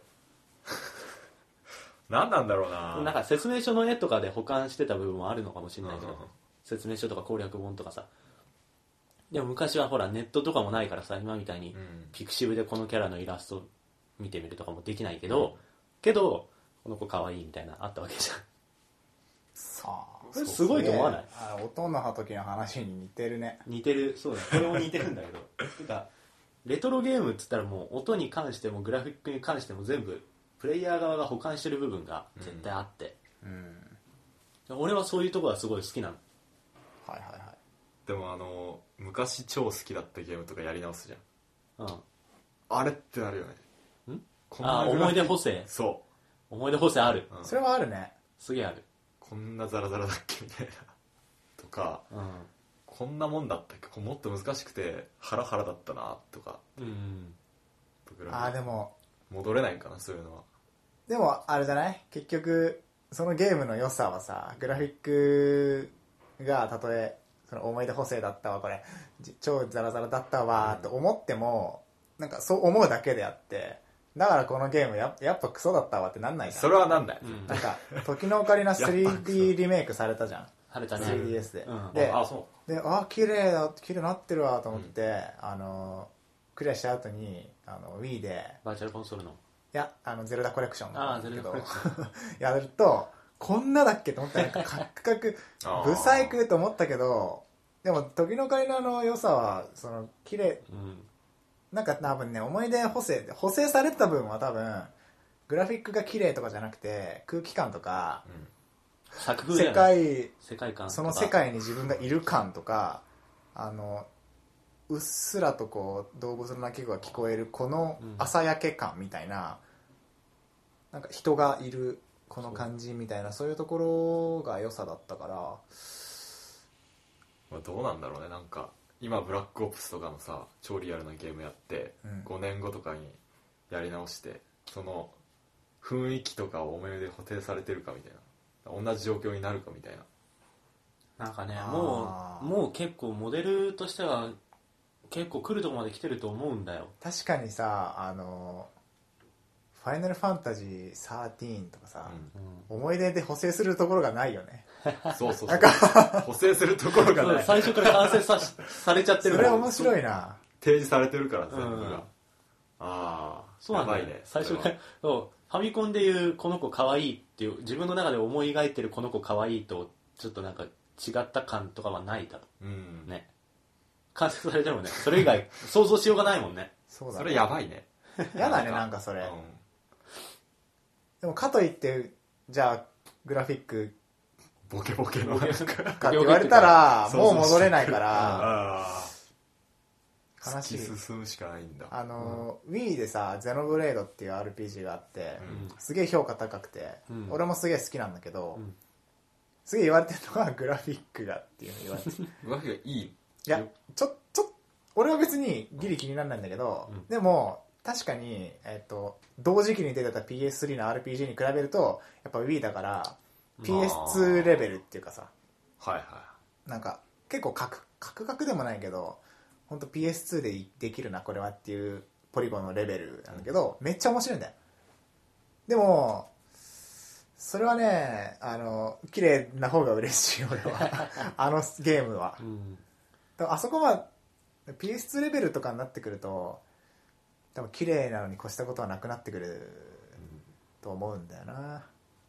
何なんだろうな。 なんか説明書の絵とかで保管してた部分もあるのかもしれないけど、説明書とか攻略本とかさ。でも昔はほらネットとかもないからさ、今みたいにピクシブでこのキャラのイラスト見てみるとかもできないけど、うん、けどこの子可愛いみたいなあったわけじゃん。 さあ、 これすごいと思わない？ あ、音の葉時の話に似てるね。 似てる、そうだ、これも似てるんだけどてかレトロゲームっつったらもう音に関してもグラフィックに関しても全部プレイヤー側が保管してる部分が絶対あって、うんうん、俺はそういうところがすごい好きなの。 はいはいはい。 でもあの昔超好きだったゲームとかやり直すじゃん、うん、あれってなるよね。 んあ、思い出補正。 そう思い出補正ある、 うん、それはあるね。 すげえある。 こんなザラザラだっけみたいなとか、うん、こんなもんだったっけ、もっと難しくてハラハラだったなとか、うん、 あーでも戻れないかな、そういうのは。 でもあれじゃない、結局そのゲームの良さはさ、グラフィックがたとえその思い出補正だったわ、これ超ザラザラだったわと思っても、なんかそう思うだけであって、だからこのゲーム や, やっぱクソだったわってなんないじゃん。 それはなんだよ、 うん、なんか時のオカリナ スリーディー リメイクされたじゃん。 されたね、 スリーディーエス で、うん、 で、あ、そうで、あ、綺麗だ、綺麗になってるわと思って、うん、あのクリアした後にあの Wii でバーチャルコンソールの、いや、あのゼルダコレクションなんだけどやるとこんなだっけと思ったら、カクカクブサイクと思ったけど、でも時のオカリナの良さはその綺麗、うん、なんか多分ね、思い出補正補正されてた部分は多分グラフィックが綺麗とかじゃなくて、空気感とか、うん、 作風、ね、 世界世界観、 その世界に自分がいる感とか、あのうっすらとこう動物の鳴き声が聞こえるこの朝焼け感みたいな、うん、なんか人がいるこの感じみたいな、そういうところが良さだったから。 まあ、どうなんだろうね。なんか今ブラックオプスとかのさ、超リアルなゲームやって、うん、ごねんごとかにやり直してその雰囲気とかを思い出補正されてるかみたいな、同じ状況になるかみたいな。なんかね、もうもう結構モデルとしては結構来るとこまで来てると思うんだよ。 確かにさ、あのファイナルファンタジーサーティーンとかさ、うん、思い出で補正するところがないよね。 そうそうそう、補正するところがない。 最初から完成 さ, されちゃってる。 それ面白いな。 提示されてるから全部が、うん、ああ、そうなんだよね。最初からそうファミコンでいうこの子可愛いっていう自分の中で思い描いてるこの子可愛いとちょっとなんか違った感とかはないだろう、うん、ね。完成されてもね、それ以外想像しようがないもんね。 そうだね、それやばいね。 やだね、なんかそれ、うん、でもかといってじゃあグラフィックボケボケのかって言われたらもう戻れないから悲しい。突き進むしかないんだ。 あの、うん、Wii でさ、ゼノブレードっていう アールピージー があって、うん、すげえ評価高くて、うん、俺もすげえ好きなんだけど、うん、すげえ言われてるのはグラフィックがっていうの言われてる。 グラフィックがいい？ いや、ちょ、ちょ、俺は別にギリ気にならないんだけど、うん、でも、 確かに、えっと、同時期に出てた ピーエススリー の アールピージー に比べるとやっぱ Wii だから ピーエスツー レベルっていうかさ、 はいはい、 なんか結構カクカクカクでもないけど本当 ピーエスツー でできるなこれはっていうポリゴンのレベルなんだけど、めっちゃ面白いんだよ。でもそれはね、あの綺麗な方が嬉しい俺はあのゲームは、うん、あそこは ピーエスツー レベルとかになってくると多分綺麗なのに越したことはなくなってくると思うんだよな。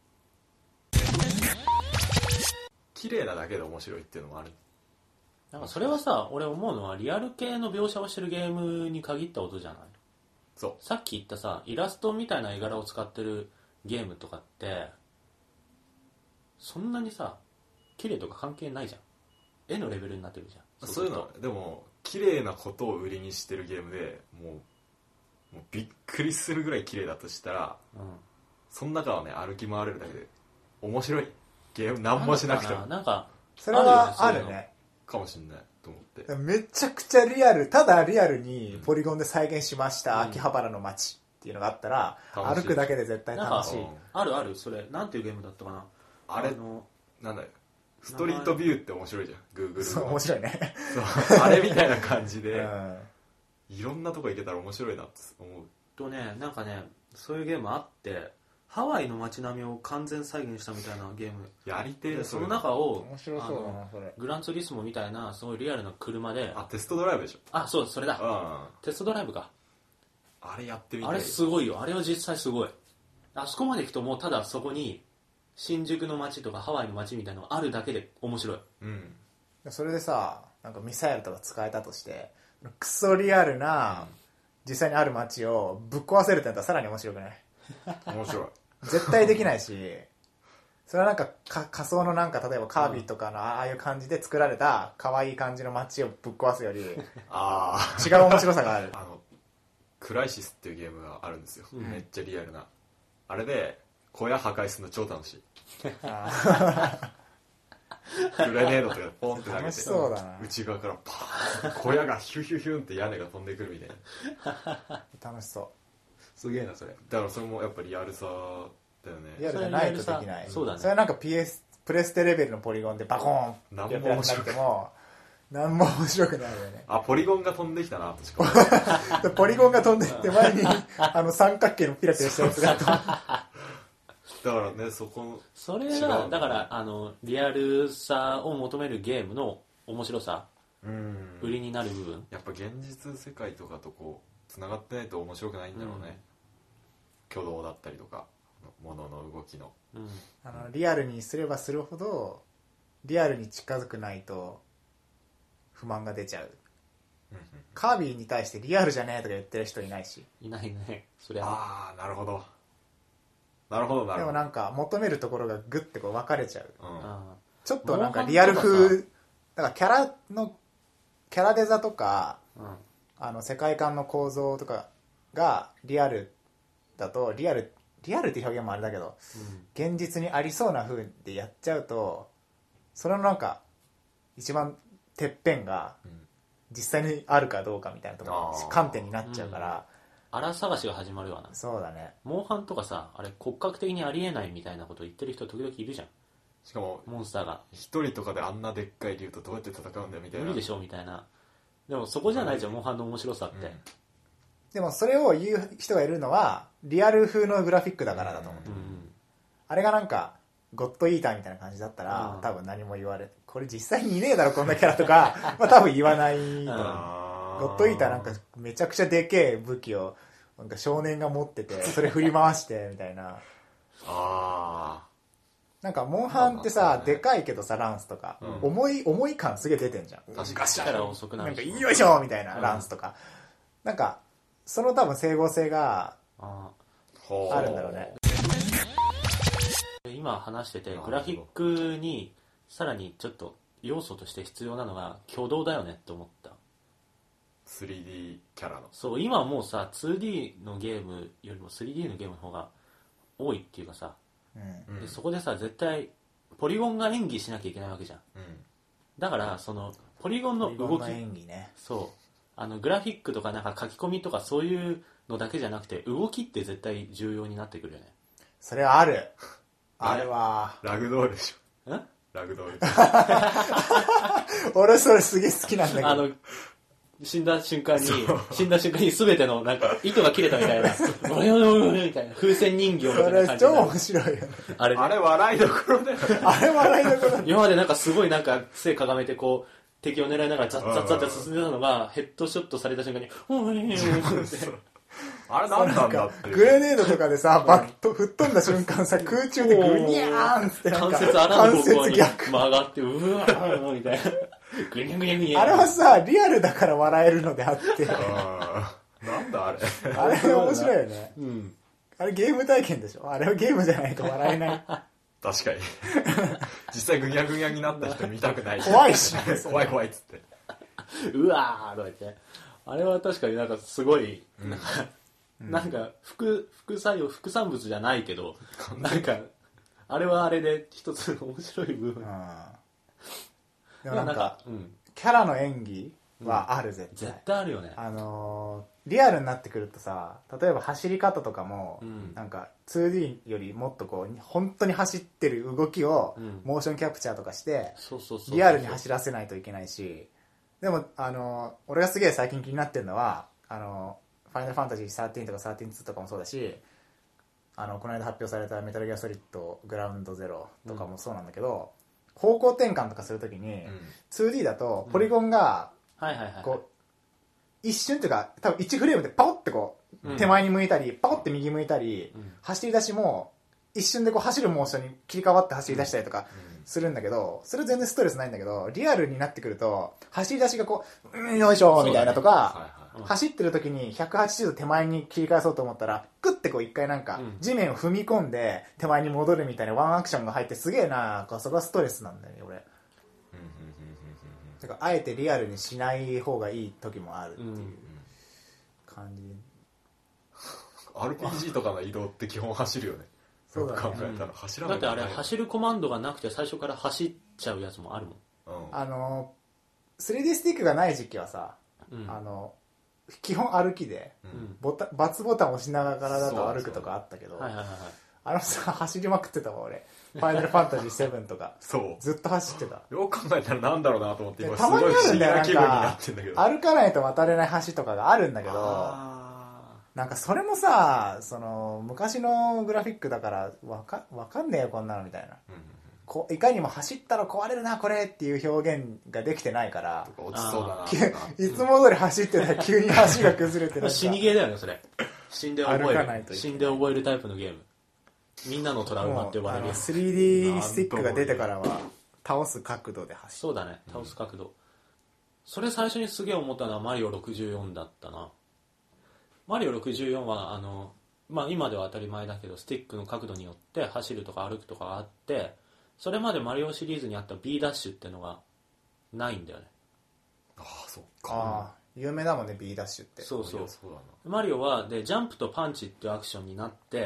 綺麗なだけで面白いっていうのもある。 なんかそれはさ、俺思うのはリアル系の描写をしてるゲームに限ったことじゃない？ そう。 さっき言ったさ、イラストみたいな絵柄を使ってるゲームとかってそんなにさ、綺麗とか関係ないじゃん。絵のレベルになってるじゃん。 そういうのでも綺麗なことを売りにしてるゲームでもう、もうびっくりするぐらい綺麗だとしたら、うん、その中はね歩き回れるだけで面白いゲーム何もしなくてもなんかそれはあるねかもしんないと思って。 めちゃくちゃリアル、ただリアルにポリゴンで再現しました、うん、秋葉原の街っていうのがあったら歩くだけで絶対楽しい。 あるある。それなんていうゲームだったかな。 あれのなんだよ、ストリートビューって面白いじゃん、グーグルの。 そう面白いねそうあれみたいな感じで、うん、いろんなとこ行けたら面白いなって思うとね。なんかね、そういうゲームあってハワイの街並みを完全再現したみたいなゲームやりてえ。 その中を面白そうだなそれ。 グランツーリスモみたいなすごいリアルな車で。 あ、テストドライブでしょ。 あ、そうそれだ、うん、テストドライブか。 あれやってみたい。 あれすごいよ。あれは実際すごい。あそこまで行くともうただそこに新宿の街とかハワイの街みたいなのがあるだけで面白い、うん、 それでさ、なんかミサイルとか使えたとしてクソリアルな実際にある街をぶっ壊せるってなったらさらに面白くない？ 面白い絶対できないし、それはなんかか仮想のなんか例えばカービィとかのああいう感じで作られた可愛い感じの街をぶっ壊すよりあ違う面白さがある。 あのクライシスっていうゲームがあるんですよ、うん、めっちゃリアルな。あれで小屋破壊するの超楽しいグレネードとかポンって投げて、 そうだな、 内側からパーン小屋がヒュヒュヒュンって屋根が飛んでくるみたいな楽しそう。 すげえなそれ。だからそれもやっぱリアルさだよね。 リアルじゃないとできない。 そうだね。 それはなんか ピーエス プレステレベルのポリゴンでバコーンってやってなくても何も面白くないよね。 あ、ポリゴンが飛んできたな確かポリゴンが飛んできて前にあの三角形のピラピラしたやつがだからね、そこそれがだからあのリアルさを求めるゲームの面白さ、うん、売りになる部分。 やっぱ現実世界とかとこうつながってないと面白くないんだろうね、うん、挙動だったりとか物の動きの、うん、 あのリアルにすればするほどリアルに近づくないと不満が出ちゃう、うんうん、カービィに対してリアルじゃねえとか言ってる人いないし。 いないねそれは。 ああなるほどなるほどなるほど。 でもなんか求めるところがグッてこう分かれちゃう、うん、ちょっとなんかリアル風だからキャラのキャラデザとか、うん、あの世界観の構造とかがリアルだとリアルリアルって表現もあれだけど、うん、現実にありそうな風でやっちゃうとそれのなんか一番てっぺんが実際にあるかどうかみたいなところ観点になっちゃうから、 うん、あら探しが始まるわな。 そうだね。 モンハンとかさ、あれ骨格的にありえないみたいなこと言ってる人時々いるじゃん。 しかもモンスターが一人とかであんなでっかい竜とどうやって戦うんだよみたいな。 無理でしょみたいな。でもそこじゃないじゃん、モンハンの面白さって、うん、 でもそれを言う人がいるのはリアル風のグラフィックだからだと思う、うんうん、あれがなんかゴッドイーターみたいな感じだったら、うん、多分何も言われこれ実際にいねえだろこんなキャラとかまあ多分言わない、うん、ゴッドイーターなんかめちゃくちゃでけえ武器をなんか少年が持っててそれ振り回してみたいなあなんかモンハンってさ、ね、でかいけどさランスとか、うん、重い重い感すげえ出てんじゃん。 確かに力遅くなるなんかよいしょみたいな、うん、ランスとかなんかその多分整合性があるんだろうね。 今話しててグラフィックにさらにちょっと要素として必要なのが挙動だよねって思った。 スリーディー キャラの。 そう今もうさ ツーディー のゲームよりも スリーディー のゲームの方が多いっていうかさ、うん、でそこでさ絶対ポリゴンが演技しなきゃいけないわけじゃん、うん、だからそのポリゴンの動き、 演技ね、 そあのグラフィックとかなんか書き込みとかそういうのだけじゃなくて動きって絶対重要になってくるよね。 それはある。あれはラグドールでしょ。 んラグドール。 俺それすげえ好きなんだけど。 あの死んだ瞬間に死んだ瞬間に全てのなんか糸が切れたみたいなおれおれおれおれみたいな風船人形みたいな感じになる。 それ超面白いよね。 あれあれ笑いどころだよね。 あれ笑いどころ。 今までなんかすごいなんか背かがめてこう敵を狙いながらザッザッザッって進んでたのがヘッドショットされた瞬間においおいおいおいあれ何なんだっていう。 グレネードとかでさ、バッと吹っ飛んだ瞬間さ、空中でグニャーンってなんか関節あらぬ方向に関節逆曲がってうわーみたいなグニャグニャグニャ。 あれはさ、リアルだから笑えるのであってあーなんだあれ。 あれ面白いよね。 うん。 あれゲーム体験でしょ。あれはゲームじゃないと笑えない。 確かに。実際グニャグニャになった人見たくない。 怖いし。 怖い怖いっつって。 うわーとか言って。あれは確かになんかすごい、 うんなんか、なんか副、副作用、副産物じゃないけど、なんか、あれはあれで一つ面白い部分。 うん、でもなんか、 なんか、うん、 キャラの演技はある、絶対。 絶対あるよね。 あのー、リアルになってくるとさ、例えば走り方とかも、 うん、 なんか ツーディー よりもっとこう本当に走ってる動きをモーションキャプチャーとかしてリアルに走らせないといけないし、でもあの俺がすげえ最近気になってるのはあのファイナルファンタジーサーティーンとかサーティーンツーとかもそうだし、あのこの間発表されたメタルギアソリッドグラウンドゼロとかもそうなんだけど、うん、方向転換とかするときに、うん、ツーディー だとポリゴンがこう一瞬というか多分いちフレームでパコってこう手前に向いたり、うん、パコって右向いたり、うん、走り出しも一瞬でこう走るモーションに切り替わって走り出したりとかするんだけど、それ全然ストレスないんだけど、リアルになってくると走り出しがこう、うん、よいしょみたいなとか、はいはい、走ってる時にひゃくはちじゅうど手前に切り返そうと思ったらクッてこう一回なんか地面を踏み込んで手前に戻るみたいなワンアクションが入ってすげえな、そこはストレスなんだよね俺。だからあえてリアルにしない方がいい時もあるっていう感じ、うん、 アールピージー とかの移動って基本走るよね。 そうだね、 考えたら走らない。 だってあれ走るコマンドがなくて最初から走っちゃうやつもあるもん、 うん、あの スリーディー スティックがない時期はさ、うん、あの基本歩きで、うん、ボタバツボタン押しながらだと歩くとかあったけど、はいはいはい、あのさ走りまくってたわ俺。ファイナルファンタジーセブンとかそうずっと走ってた。 よく考えたらなんだろうなと思って今たまにあるんだよ、 すごい不思議な気分になってんだけど、 歩かないと渡れない橋とかがあるんだけど、なんかそれもさ、その昔のグラフィックだからわかわかんねえよこんなのみたいな、うん、こいかにも走ったら壊れるなこれっていう表現ができてないから、 落ちそうだな、 いつも通り走ってたら急に足が崩れてる死にゲーだよねそれ。死んで覚える死んで覚えるタイプのゲーム、みんなのトラウマって呼ばれるやつ。 スリーディー スティックが出てからは倒す角度で走る。 そうだね、倒す角度、うん、それ最初にすげえ思ったのはマリオろくじゅうよんだったな。マリオろくじゅうよんはあの、まあ、今では当たり前だけどスティックの角度によって走るとか歩くとかがあって、それまでマリオシリーズにあった B ダッシュっていうのがないんだよね。 ああそうか、あ有名だもんね B ダッシュって。 そうそう、そうだな。マリオはでジャンプとパンチっていうアクションになって、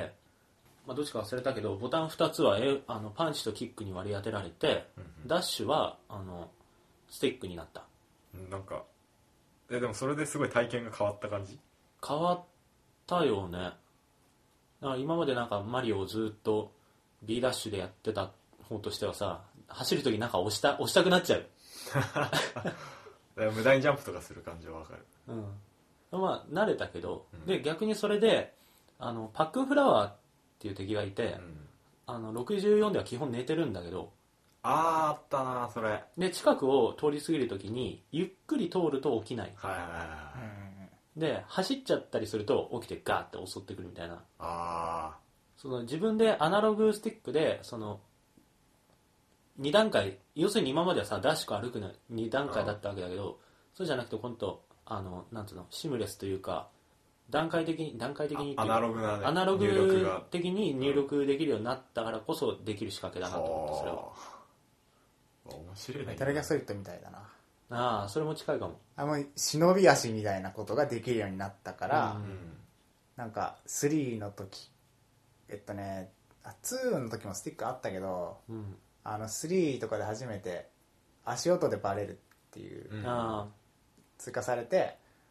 まあ、どっちか忘れたけどボタンふたつはえあのパンチとキックに割り当てられて、うんうん、ダッシュはあのスティックになった。 なんかえでもそれですごい体験が変わった感じ。 変わったよね。だから今までなんかマリオをずっと B ダッシュでやってた方としてはさ、走るときなんか押した押したくなっちゃう無駄にジャンプとかする感じはわかる。 うん、まあ慣れたけど、うん、で逆にそれであのパックンフラワーっていう敵がいて、うん、あのろくじゅうよんでは基本寝てるんだけど、 あーあったなそれで近くを通り過ぎるときにゆっくり通ると起きない、 はいはいはい、 うん、で走っちゃったりすると起きてガーって襲ってくるみたいな。 あその自分でアナログスティックでそのに段階、要するに今まではさダッシュか歩くのに段階だったわけだけど、そうじゃなくて今度あのなんつうのシムレスというか段階的に段階的にアナログな、ね、 アナログ的に入力できるようになったからこそできる仕掛けだなと思って、それは面白いね。 メタルギアソリッドみたいだな。 ああそれも近いかも。 あの忍び足みたいなことができるようになったから、うん、なんかスリーの時えっとねツーの時もスティックあったけど、うん、あのスリーとかで初めて足音でバレるっていう、うん、追加されて、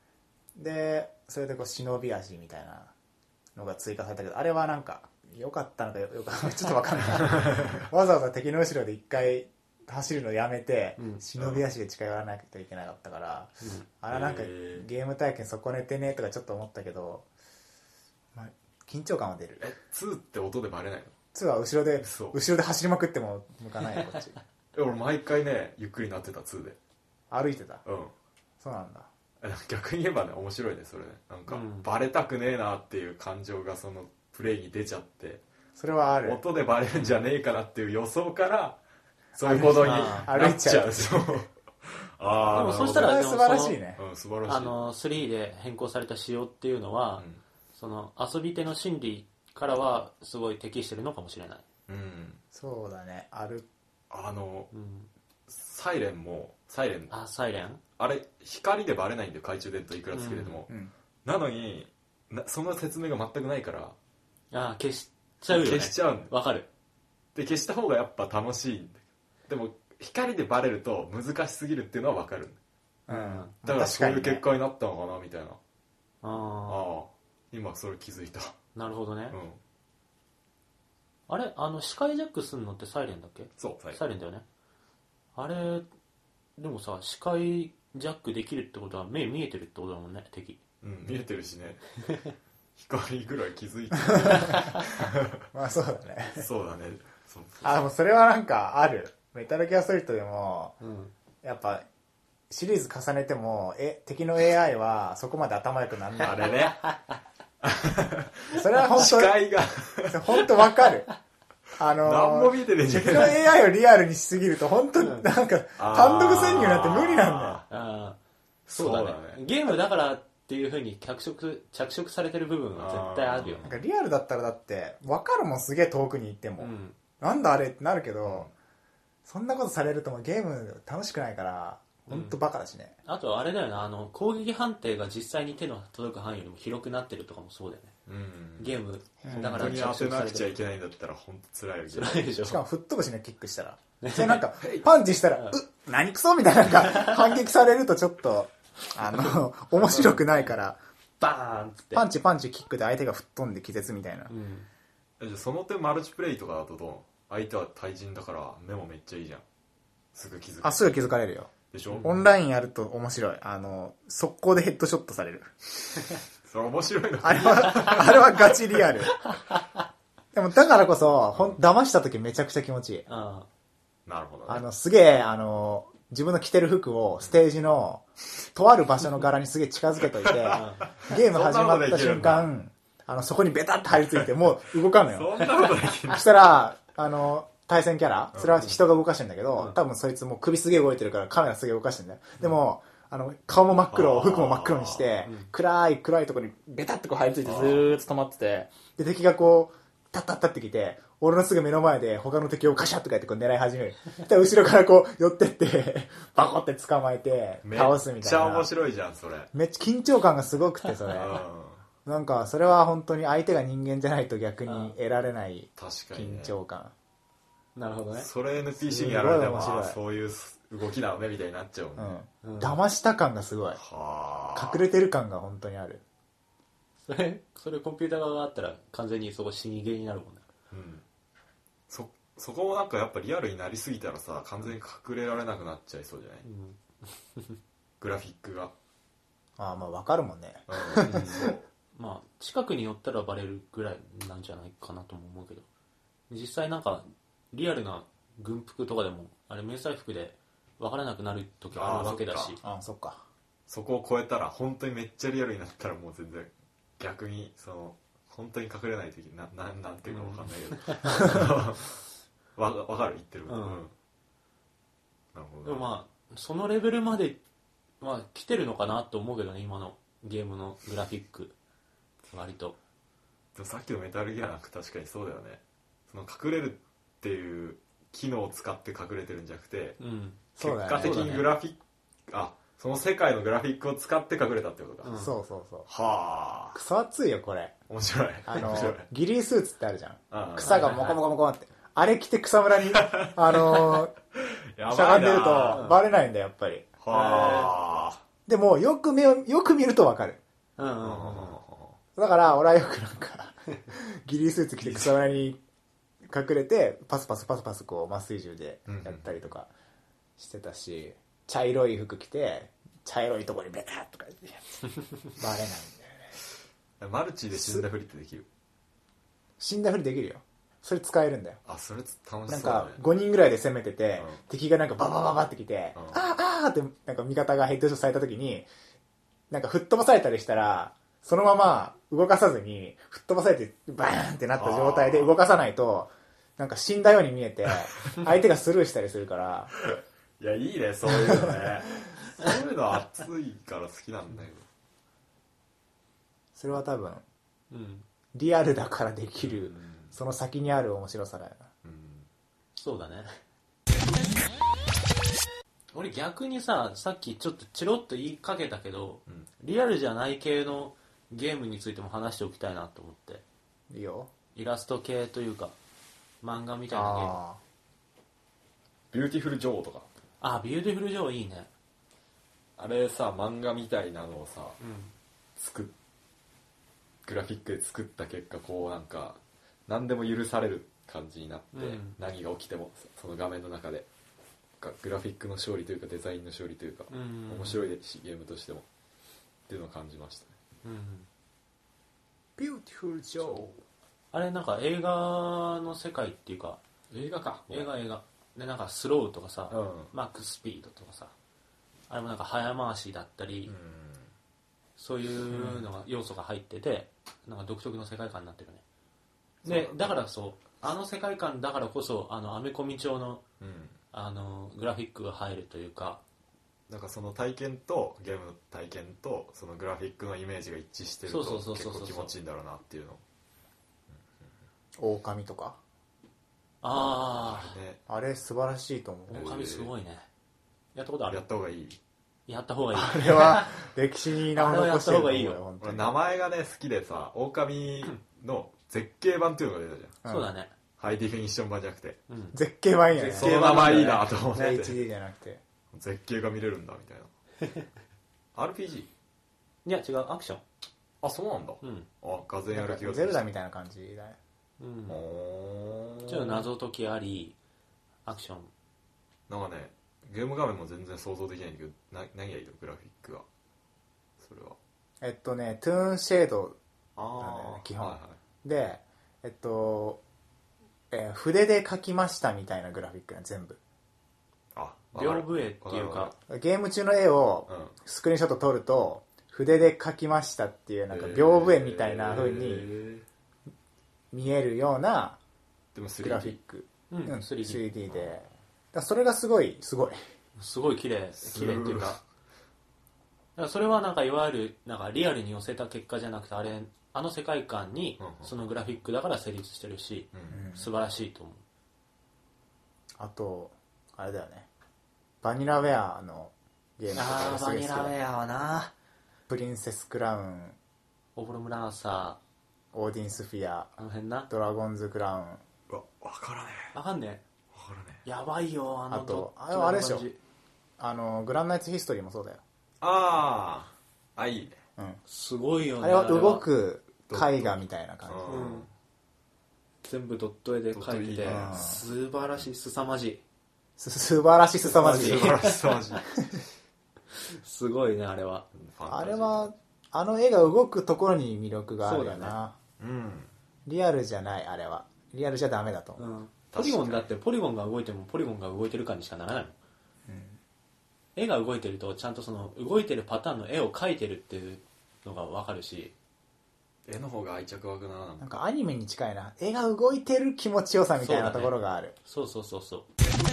でそれでこう忍び足みたいなのが追加されたけど、あれはなんか良かったのかよよかちょっと分かんないわざわざ敵の後ろで一回走るのやめて、うん、忍び足で近寄らなきゃいけなかったから、うん、あれなんかゲーム体験損ねてねとかちょっと思ったけど、まあ、緊張感は出る。 えツーって音でバレないの？ ツーは後ろで後ろで走りまくっても向かないよこっち俺毎回ねゆっくりなってた。ツーで歩いてた。 うんそうなんだ。 逆に言えばね面白いねそれね。なんか、うん、バレたくねえなっていう感情がそのプレイに出ちゃって、 それはある。 音でバレるんじゃねえかなっていう予想からそういうことになっちゃう。そうあでもそしたら素晴らしいね。 うん、素晴らしい。 あのスリーで変更された仕様っていうのは、うん、その遊び手の心理からはすごい適してるのかもしれない。 うん、 そうだね。あるあの、うん、サイレンもサイレンあサイレンあれ光でバレないんだよ懐中電灯いくらつけれども、うんうん、なのになその説明が全くないからあ消しちゃうよね。 消しちゃうんだよ。 わかる。 で消した方がやっぱ楽しいんだけど、でも光でバレると難しすぎるっていうのはわかるんだ、うん、だからそういう結果になったのかなみたいな。ああ今それ気づいた。 なるほどね、 うん、 あれあの視界ジャックすんのってサイレンだっけ？ そうサイレン。 サイレンだよね。あれでもさ視界ジャックできるってことは目見えてるってことだもんね敵。 うん見えてるしね光ぐらい気づいてまあそうだねそうだね。そうそうそう。 あもうそれはなんかある。メタルギアソリッドでも、うん、やっぱシリーズ重ねてもえ敵の エーアイ はそこまで頭良くならない。 あれねそれは本当視界が本当わかる。あのー、 何も見てねえじゃん。 敵の エーアイ をリアルにしすぎると本当なんか単独潜入なんて無理なんだよ。 あそうだね。そうだね。ゲームだからっていう風に脚色着色されてる部分は絶対あるよね。 なんかリアルだったらだって分かるもんすげえ遠くに行っても、うん、なんだあれってなるけど、うん、そんなことされるともうゲーム楽しくないから本当バカだしね、 うん、あとあれだよなあの攻撃判定が実際に手の届く範囲よりも広くなってるとかもそうだよね、うん、ゲームだから本当に当てなくちゃいけないんだったら本当辛いよ。 辛いでしょ。 しかも吹っ飛ぶしねキックしたらそれなんかパンチしたらうっ何クソみたいななんか反撃されるとちょっとあの面白くないからバーンってパンチパンチキックで相手が吹っ飛んで気絶みたいな、 うん、じゃあその点マルチプレイとかだとどう？相手は対人だから目もめっちゃいいじゃん。すぐ気づく。 あすぐ気づかれるよ。 でしょ？ オンラインやると面白い。あの速攻でヘッドショットされるそれ面白いのあれはあれはガチリアルでもだからこそほん騙した時めちゃくちゃ気持ちいい。 あなるほど、ね、 あのすげえあの自分の着てる服をステージのとある場所の柄にすげえ近づけといてゲーム始まった瞬間あのそこにベタッと張り付いてもう動かんのよ。 そんなことできる。 そしたらあの対戦キャラそれは人が動かしてるんだけど、うん、多分そいつもう首すげえ動いてるからカメラすげえ動かしてるんだよ、うん、でもあの顔も真っ黒服も真っ黒にして、うん、暗い暗いところにベタッとこう張り付いてずーっと止まっててで敵がこうタッタッタってきて俺のすぐ目の前で他の敵をカシャッとかやってこう狙い始めるで後ろからこう寄ってってバコって捕まえて倒すみたいな。 めっちゃ面白いじゃんそれ。 めっちゃ緊張感がすごくてそれなんかそれは本当に相手が人間じゃないと逆に得られない緊張感。 なるほどね。 それ エヌピーシー にやられてもそういう動きなのねみたいになっちゃうもんね、 うんうん、騙した感がすごい隠れてる感が本当にある。 それそれコンピューター側があったら完全にそこ死にゲーになるもんね、 うん、そ, そこもなんかやっぱリアルになりすぎたらさ完全に隠れられなくなっちゃいそうじゃない、うん、グラフィックがああまあ分かるもんね、 うん、そうまあ近くに寄ったらバレるぐらいなんじゃないかなとも思うけど実際なんかリアルな軍服とかでもあれ迷彩服で分からなくなる時あるわけだしああそっかそこを超えたら本当にめっちゃリアルになったらもう全然逆にその本当に隠れない時なななんていうか分かんないけど、うん、わ分かる言ってること、うんうん、なるほど。 でもまあそのレベルまでまあ来てるのかなと思うけどね今のゲームのグラフィック割と。 でもさっきのメタルギアなんか確かにそうだよね。その隠れるっていう機能を使って隠れてるんじゃなくて、うん、結果的にグラフィック、あその世界のグラフィックを使って隠れたってことか、 うん、そうそうそう。 はあクソ熱いよこれ。 面白い。 あのギリースーツってあるじゃん。ああ草がモコモコモコって、はいはいはい、あれ着て草むらにあのー、しゃがんでるとバレないんだよやっぱり。 はあでもよく目をよく見ると分かる。 うんうんうん、 だから俺はよくなんかギリースーツ着て草むらに隠れてパスパスパスパスこう麻酔銃でやったりとかしてたし、茶色い服着て茶色いところにベタッとか言ってバレないんだよね。 マルチで死んだふりってできる？ 死んだふりできるよ。それ使えるんだよ。 あ、それ楽しそうだね。 なんかごにんぐらいで攻めてて、 うん、 敵がなんかババババってきて、うん、あーあーってなんか味方がヘッドショットされた時になんか吹っ飛ばされたりしたらそのまま動かさずに吹っ飛ばされてバーンってなった状態で動かさないとなんか死んだように見えて相手がスルーしたりするからいやいいねそういうのねそういうの熱いから好きなんだよ。 それは多分、 うん、 リアルだからできる、うん、その先にある面白さだよな、 うん、そうだね。俺逆にさ、さっきちょっとチロッと言いかけたけど、うん、リアルじゃない系のゲームについても話しておきたいなと思って。 いいよ。 イラスト系というか漫画みたいなゲーム。あビューティフルジョーとか。 あ、ビューティフルジョーいいね。 あれさ、漫画みたいなのをさ、うん、作っグラフィックで作った結果こうなんか何でも許される感じになって、うん、何が起きてもその画面の中でグラフィックの勝利というかデザインの勝利というか、うん、面白いしゲームとしてもっていうのを感じましたね、うん、 ビューティフルジョー。 あれなんか映画の世界っていうか映画か映画映画でなんかスローとかさ、うん、マックススピードとかさあれもなんか早回しだったり、うん、そういうのが要素が入っててなんか独特の世界観になってるね。でだからそうあの世界観だからこそあのアメコミ調の、うん、あのグラフィックが入るというかなんかその体験とゲームの体験とそのグラフィックのイメージが一致してると結構気持ちいいんだろうなっていうの。 狼とかああ、 ね、あれ素晴らしいと思う。 狼すごいね。やったことある？ やった方がいい。 やった方がいい。 あれは歴史に名を残してると思うよ。 俺名前がね好きでさ、狼の絶景版っていうのが出たじゃん。 そうだね。 ハイディフィニッション版じゃなくて、 うん、絶景版やね。 その名前いいなと思って。 エイチディー じゃなくて絶景が見れるんだみたいな。アールピージー？ いや違うアクション。 あ、そうなんだ。うん。あ、がぜんやる気がする。 ゼルダみたいな感じだね。 うん。ちょっと謎解きありアクション。 なんかね。ゲーム画面も全然想像できないんだけどな何がいいのグラフィックがそれはえっとねトゥーンシェードなんだよね基本、はいはい、でえっと、えー、筆で描きましたみたいなグラフィックな全部あ屏風絵っていうかゲーム中の絵をスクリーンショット撮ると筆で描きましたっていうなんか屏風絵みたいな風に見えるようなグラフィック、 うん、スリーディースリーディー でそれがすごいすごいすごい綺麗綺麗っていうか、だからそれはなんかいわゆるなんかリアルに寄せた結果じゃなくてあれあの世界観にそのグラフィックだから成立してるし、うん、素晴らしいと思う。 あとあれだよねバニラウェアのゲームとかあーバニラウェアはなプリンセスクラウンオブロムラーサーオーディンスフィアあの辺なドラゴンズクラウンうわ分からねえ分かんねえ分からねやばいよあのあとあれあれでしょあのグランナイツヒストリーもそうだよ。 あああいいね、 うん、 すごいよね。 あれは動く絵画みたいな感じ、 うん、全部ドット絵で描いてて素晴らしいすさまじいす素晴らしいすさまじいすごいねあれは。 あれはあの絵が動くところに魅力があるよな、ね、うん、リアルじゃないあれはリアルじゃダメだと思う、うん、 ポリゴンだってポリゴンが動いてもポリゴンが動いてる感にしかならないもん、うん、絵が動いてるとちゃんとその動いてるパターンの絵を描いてるっていうのが分かるし絵の方が愛着湧くな。 なんかアニメに近いな絵が動いてる気持ちよさみたいなところがある。 そうそうそうそう。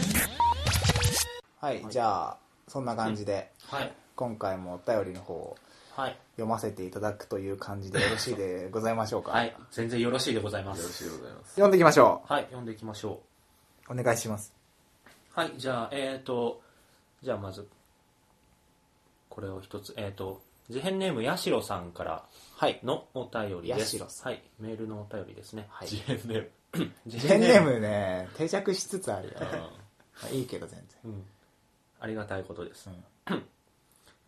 はい、はい、じゃあそんな感じで、 うん、はい、 今回もお便りの方を読ませていただくという感じでよろしいでございましょうか。 はい、全然よろしいでございます。 よろしいでございます。 読んでいきましょう。はい、読んでいきましょう。お願いします。 はい、じゃあえーとじゃあまずこれを一つえーと事変ネームやしろさんからのお便りです。はい、メールのお便りですね。はい、 事変ネーム事変ネームね定着しつつあるよね。いいけど全然、 うん、ありがたいことです。うん、え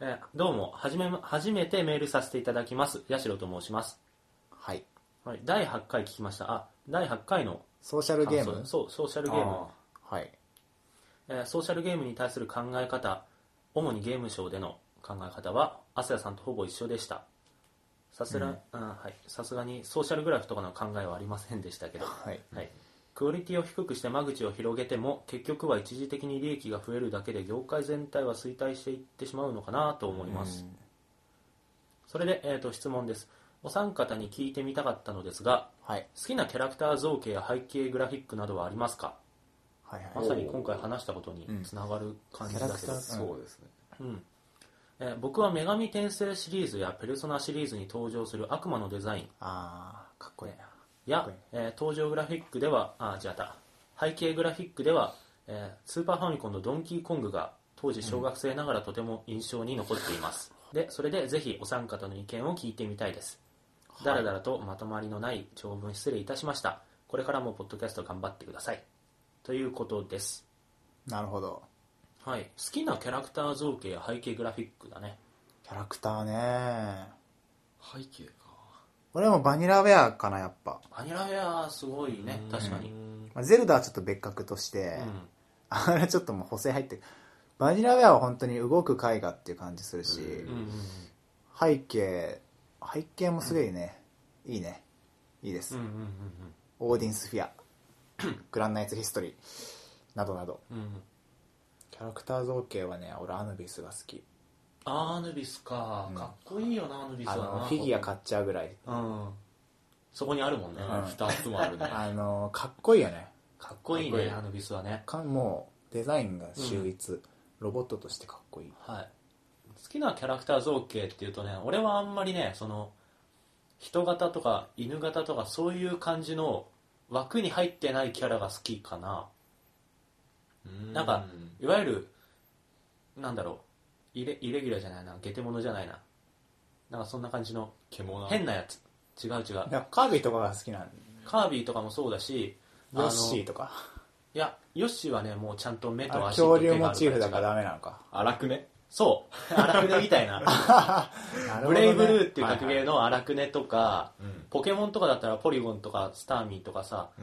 えー、どうもはじめ初めてメールさせていただきます八代と申します。 はい、 はい、だいはちかい聞きました。あ、だいはちかいのソーシャルゲーム。 そう、ソーシャルゲーム。 はい、 えー、ソーシャルゲームに対する考え方、主にゲームショーでの考え方はアスヤさんとほぼ一緒でした。さすが、うんうん、はい、さすがにソーシャルグラフとかの考えはありませんでしたけど、 はいはい、クオリティを低くして間口を広げても結局は一時的に利益が増えるだけで業界全体は衰退していってしまうのかなと思います。うん、それで、えーと、質問です。お三方に聞いてみたかったのですが、 はい、 好きなキャラクター造形や背景グラフィックなどはありますか？はいはい、まさに今回話したことにつながる感じだけど、うん、 そうですね、 うんえー、僕は女神転生シリーズやペルソナシリーズに登場する悪魔のデザイン、 あーかっこいいなや、えー、登場グラフィックではあ違った背景グラフィックでは、えー、スーパーファミコンのドンキーコングが当時小学生ながらとても印象に残っています、うん、でそれでぜひお三方の意見を聞いてみたいです。だらだらとまとまりのない長文失礼いたしました。これからもポッドキャスト頑張ってくださいということです。 なるほど。 はい、好きなキャラクター造形や背景グラフィックだね。 キャラクターね、 背景か。 俺もバニラウェアかな、やっぱ。 バニラウェアすごいね、確かに。 まあ、ゼルダはちょっと別格として、うん、あれちょっともう補正入ってる。バニラウェアは本当に動く絵画っていう感じするし、うんうんうん、背景背景もすごいね、うん、いいね、いいです、うんうんうんうん、オーディンスフィアグランナイツヒストリーなどなど、うん、キャラクター造形はね、俺アヌビスが好き。 アヌビスか、うん、かっこいいよな、アヌビスはな。 あのフィギュア買っちゃうぐらい、 うん、そこにあるもんね、 うん、ふたつもあるねあのかっこいいよね。 かっこいいね、アヌビスはね。 かもうデザインが秀逸、うん、ロボットとしてかっこいい。 はい、好きなキャラクター造形っていうとね、俺はあんまりね、その人型とか犬型とかそういう感じの枠に入ってないキャラが好きかな。んなんかいわゆるなんだろう、イレ、イレギュラーじゃないな、ゲテモノじゃないな、なんかそんな感じの変なやつ。違う違う。 いやカービィとかが好きなん。 カービィとかもそうだし、 ヨッシーとか。 いや、ヨッシーはね、もうちゃんと目と足と手があるから。 恐竜モチーフだからダメなのか。 荒くね。 そう荒くねみたいなな、ね、ブレイブルーっていう格ゲーの荒くねとか、はいはい、ポケモンとかだったらポリゴンとかスターミーとかさ、うん、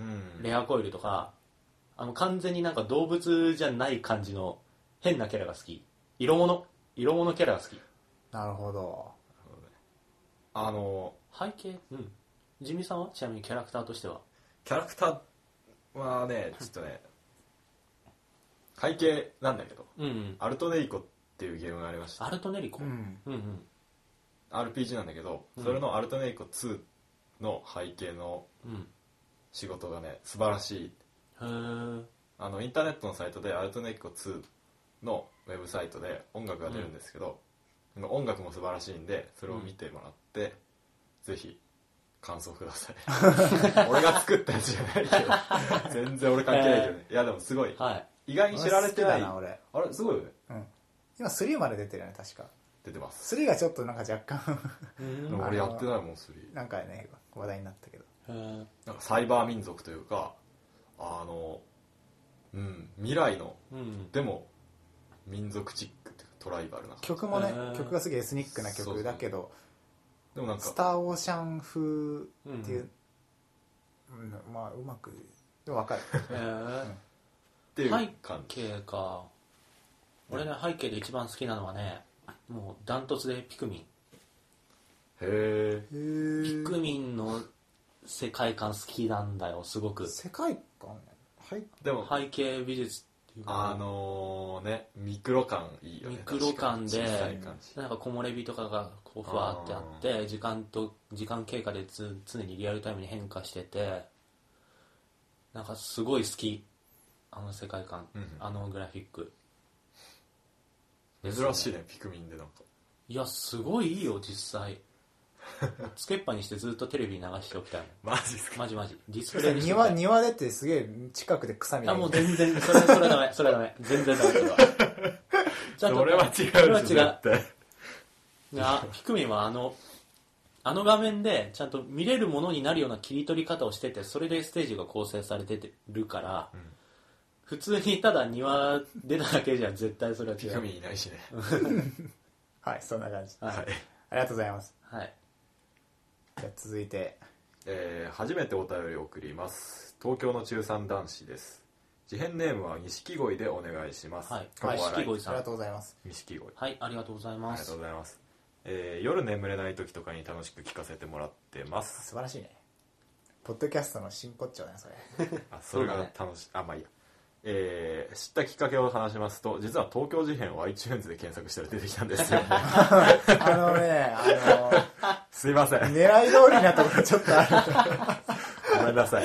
レアコイルとか、あの完全になんか動物じゃない感じの変なキャラが好き。色物色物キャラが好き。 なるほど。 あの背景、うん、ジミさんはちなみにキャラクターとしては？ キャラクターはね、ちょっとね背景なんだけど、うんうん、アルトネリコっていうゲームがありました。 アルトネリコ、うんうんうん、 アールピージー なんだけど、それのアルトネリコツーの背景の仕事がね素晴らしい。へー。あのインターネットのサイトでアルトネリコツーのウェブサイトで音楽が出るんですけど、うん、音楽も素晴らしいんでそれを見てもらって、うん、ぜひ感想ください俺が作ったやつじゃないけど全然俺関係ないけどね、いやでもすごい、はい、意外に知られてない。 俺あれすごいよね、 うん、今スリーまで出てるよね確か。 出てます。 スリーがちょっとなんか若干でも俺やってないもんスリー。 なんかね話題になったけど、 なんかサイバー民族というかあの、うん、未来の、うん、でも民族チックっていうかトライバルな曲もね、曲がすげえエスニックな曲だけど、でもなんかスターオーシャン風っていう、うんうん、まあうまくでも分かる、えーうん、っていう感じ。背景か。俺ね背景で一番好きなのはね、もうダントツでピクミン。 へー。ピクミンの世界観好きなんだよすごく。 世界観、 はい、でも背景美術っていうか、 あのー、ねミクロ感いいよね。 ミクロ感でなんか木漏れ日とかがこうふわってあって時間と時間経過でつ常にリアルタイムに変化してて、なんかすごい好きあの世界観、うん、あのグラフィック。 珍しいねピクミンでなんか。 いやすごいいいよ実際つけっぱにしてずっとテレビに流しておきたい。 マジっすか。 マジマジディスプレイにして庭庭でってすげえ近くで臭みが。 あもう全然それそれダメそれダメ全然ダメそれはちゃんとそれは違うでしょ。それは違う。 いやピクミンはあのあの画面でちゃんと見れるものになるような切り取り方をしてて、それでステージが構成されてるから、うん、普通にただ庭出ただけじゃ絶対それは違う。 ピクミンいないしねはい、そんな感じ。 はい。 ありがとうございます。 はい。 じゃあ続いて、 えー、初めてお便りを送ります。東京の中三男子です。事変ネームは錦鯉でお願いします。 はい。 錦鯉さん。ありがとうございます。 錦鯉。 はい、ありがとうございます。 ありがとうございます。えー、夜眠れない時とかに楽しく聞かせてもらってます。 素晴らしいね。ポッドキャストの真骨頂だね、それ。 あ、それが楽しい。あ、まあいいや。えー、知ったきっかけを話しますと、実は東京事変を iTunes で検索したら出てきたんですよね。 あのね、あのすいません。 狙い通りなところちょっとある。 ごめんなさい。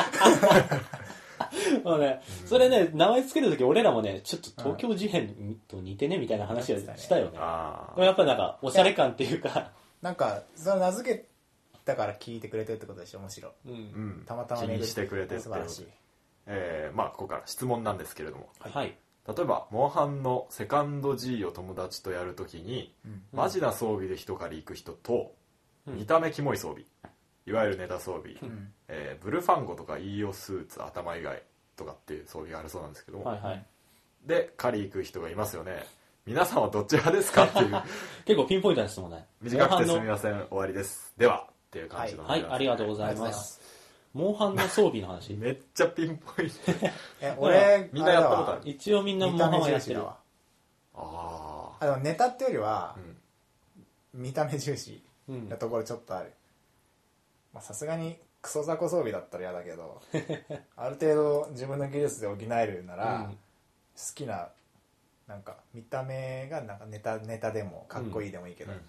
もうね、それね、名前つけるとき俺らもね、ちょっと東京事変と似てねみたいな話をしたよね。ああ。やっぱなんか、おしゃれ感っていうか。 なんか、その名付けたから聞いてくれてるってことでしょ、むしろ。 うん。 たまたま気にしてくれてる。 素晴らしい。 えー、まあ、ここから質問なんですけれども。 はい。 例えば、モンハンのセカンド G を友達とやるときに、うん、マジな装備で一狩り行く人と、うん、見た目キモい装備。いわゆるネタ装備。うん、えー、ブルファンゴとか イーオー スーツ頭以外とかっていう装備があるそうなんですけども。はいはい。で、狩り行く人がいますよね。皆さんはどっち派ですかっていう。 結構ピンポイントですもんね。 短くてすみません、終わりです。では、っていう感じの、 はい。はい、ありがとうございます。モンハンの装備の話。 めっちゃピンポイント。 え、俺、 みんなやったことある？ 一応みんなモンハンはやってる。 ああ。あの、ネタってよりは、うん、見た目重視なところちょっとある。まあ、さすがにクソ雑魚装備だったら嫌だけど、ある程度自分の技術で補えるなら、うん、好きな、なんか、見た目がなんかネタ、ネタでもかっこいいでもいいけど。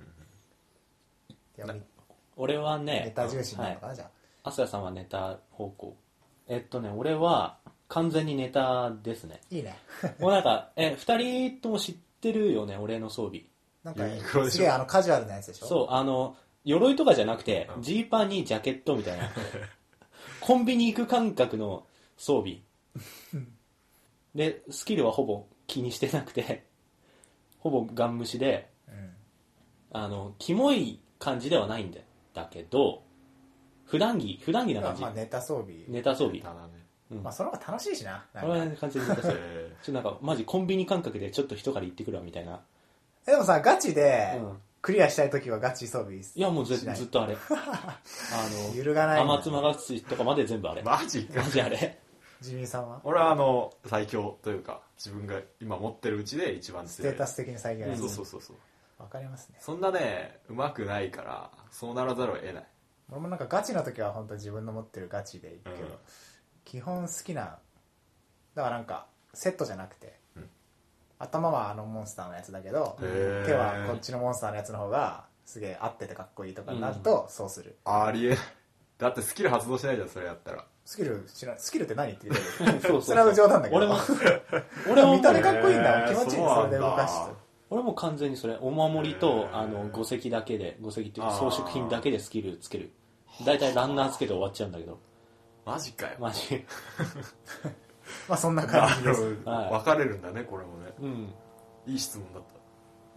うん、俺はね、 ネタ重視なのかな、はい、じゃあ。 アスヤさんはネタ方向。えっとね、俺は完全にネタですね。 いいね。 もうなんか、え、二人とも知ってるよね、俺の装備。 なんか、すげえあのカジュアルなやつでしょ？ そう、あの、鎧とかじゃなくて、ジーパンにジャケットみたいな。コンビニ行く感覚の装備。で、スキルはほぼ気にしてなくて、ほぼガン無視で、うん、あの、キモい感じではないんだけど、普段着、普段着な感じ。 まあネタ装備。 ネタ装備。 ネタだね。 うん、まあその方が楽しいしな。 これは完全にネタ装備。ちょっとなんか、マジコンビニ感覚でちょっと一狩り行ってくるわみたいな。 でもさ、ガチで、クリアしたいときはガチ装備いやもうずずっとあれ。あの、揺るがない。 天妻がつとかまで全部あれ。 マジか。 マジあれ。 ジミーさんは？ 俺はあの、最強というか、自分が今持ってるうちで一番強い。 ステータス的に最強です。 そうそうそうそう。 わかりますね。 そんなね、上手くないから、そうならざるを得ない。 俺もなんかガチの時は本当自分の持ってるガチでいくけど、うん、基本好きな、だからなんかセットじゃなくて、うん、頭はあのモンスターのやつだけど、手はこっちのモンスターのやつの方がすげえ合っててかっこいいとかになると、そうする。 うん、ありえない。だってスキル発動しないじゃん、それやったら。 スキル知らない。スキルって何って言ってるそうそうそれは冗談だけど。 俺も、 俺も見た目かっこいいんだ。気持ちいい。それで動かして。 俺も完全にそれ、お守りと、あの、五石だけで、五石っていう装飾品だけでスキルつける。だいたいランナーつけて終わっちゃうんだけど。 マジかよ。 マジ。 まあそんな感じです。 分かれるんだね、これもね。うん。いい質問だった。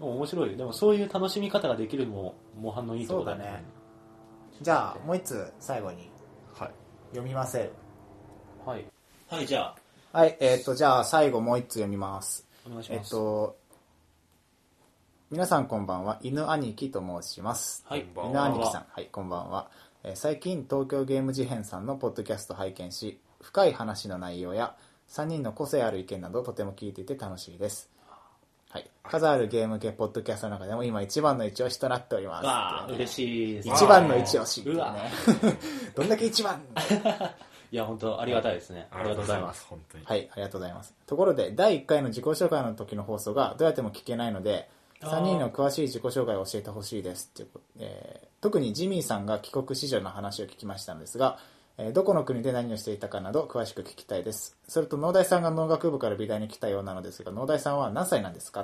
面白い。でもそういう楽しみ方ができるのも、モンハンのいいところだね。そうだね。 じゃあ、もう一つ最後に。 はい。 読みません。 はい。はい、じゃあ。はい、えっと、じゃあ最後もう一つ読みます。 お願いします。 えっと、皆さんこんばんは。犬兄貴と申します。 はい、 犬兄貴さん。はい、こんばんは。えー、最近、東京ゲーム事変さんのポッドキャスト拝見し、深い話の内容や、さんにんの個性ある意見などとても聞いていて楽しいです。はい。数あるゲーム系ポッドキャストの中でも今一番の一押しとなっております。 わー、嬉しいです。 一番の一押しっていうね。どんだけ一番いや、本当ありがたいですね。ありがとうございます。 本当に。 はい、ありがとうございます。ところで、だいいっかいの自己紹介の時の放送がどうやっても聞けないので、さんにんの詳しい自己紹介を教えてほしいですっていう、えー、特にジミーさんが帰国子女の話を聞きましたんですが、えー、どこの国で何をしていたかなど詳しく聞きたいです。それと農大さんが農学部から美大に来たようなのですが、農大さんは何歳なんですか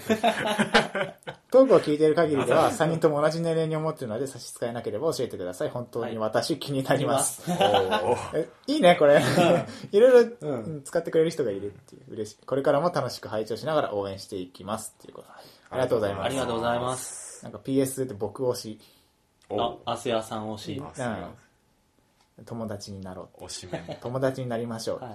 トークを聞いている限りではさんにんとも同じ年齢に思っているので差し支えなければ教えてください。本当に私気になります。はい、いいねこれいろいろ使ってくれる人がいるっていう嬉しい。これからも楽しく拝聴しながら応援していきますっていうこと。ありがとうございます。 ありがとうございます。 なんか ピーエス って僕推し。 あ、アスヤさん推し。 うん。友達になろう。 推しメン。 友達になりましょう。 はい。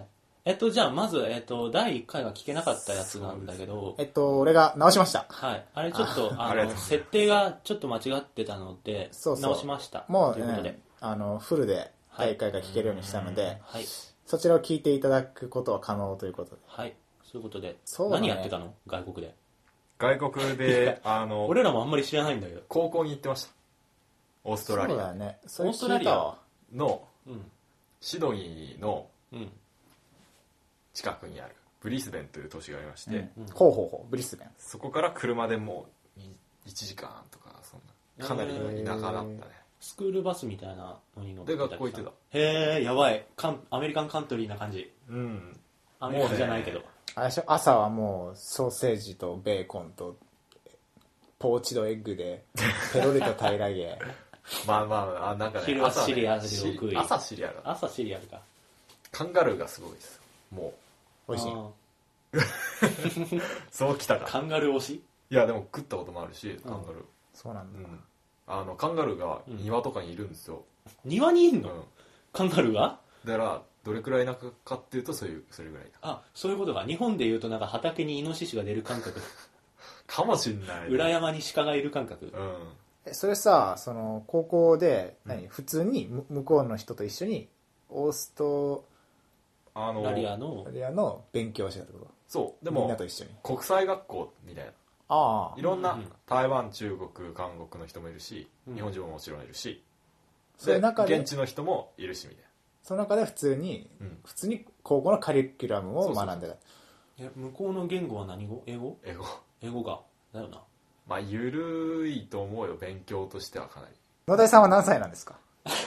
えっと、じゃあ、まず、えっと、だいいっかいは聞けなかったやつなんだけど、 えっと、俺が直しました。 はい。あれちょっと、あの、 ありがとうございます設定がちょっと間違ってたので、 そうそう直しました。 もう、 ということでね、あの、フルでだいいっかいが聞けるようにしたので、 はい。 そちらを聞いていただくことは可能ということで。 はい。そういうことで、 そうだね何やってたの外国で。 外国で、あの、 俺らもあんまり知らないんだけど。 高校に行ってました。オーストラリアそうだよね。そオれーストラリア聞いたわ。 のうん。 シドニーのうん。 近くにあるブリスベンという都市がありまして、 うんほうほうほう、ブリスベン。 そこから車でもういちじかんとか、そんなかなりの田舎だったね。 スクールバスみたいなのに乗ってでたり学校行ってた。 へえ、やばい。カンアメリカンカントリーな感じ。 うん。 アメリカンじゃないけど。 あれでしょ、朝はもうソーセージとベーコンとポーチドエッグでペロリと平らげ。 まあまあ、あなんかね、 昼は朝ねシリアルを食い朝シリアル。 朝シリアルか。 カンガルーがすごいですよ。も美味しい。 あう、そうきたか。 ーカンガルー推しいや、でも食ったこともあるし、カンガルー。 そうなんだ。 うん。あの、カンガルーが庭とかにいるんですよ。 庭にいんの、 うん。 カンガルーがだから、どれくらい田舎かっていうと、そういう、それぐらいだ。 あ、そういうことか。日本で言うとなんか畑にイノシシが出る感覚。 かもしんない、ね。 裏山に鹿がいる感覚。 うん。 えそれさ、その高校で何、普通にむ向こうの人と一緒にオーストあの、 ラリアのラリアの勉強をしてたってこと？ そう。でみんなもと一緒に。 国際学校みたいな。 ああい。ろんなうんうん台湾、中国、韓国の人もいるし、 うん日本人ももちろんいるし、 そういう中で現地の人もいるしみたいその中で普通に、 な。うん。 普通に高校のカリキュラムを学んでた。 え、向こうの言語は何語？英語？ 英語。 英語か。だよな。 まあ、ゆるいと思うよ、勉強としてはかなり。 野田さんは何歳なんですか？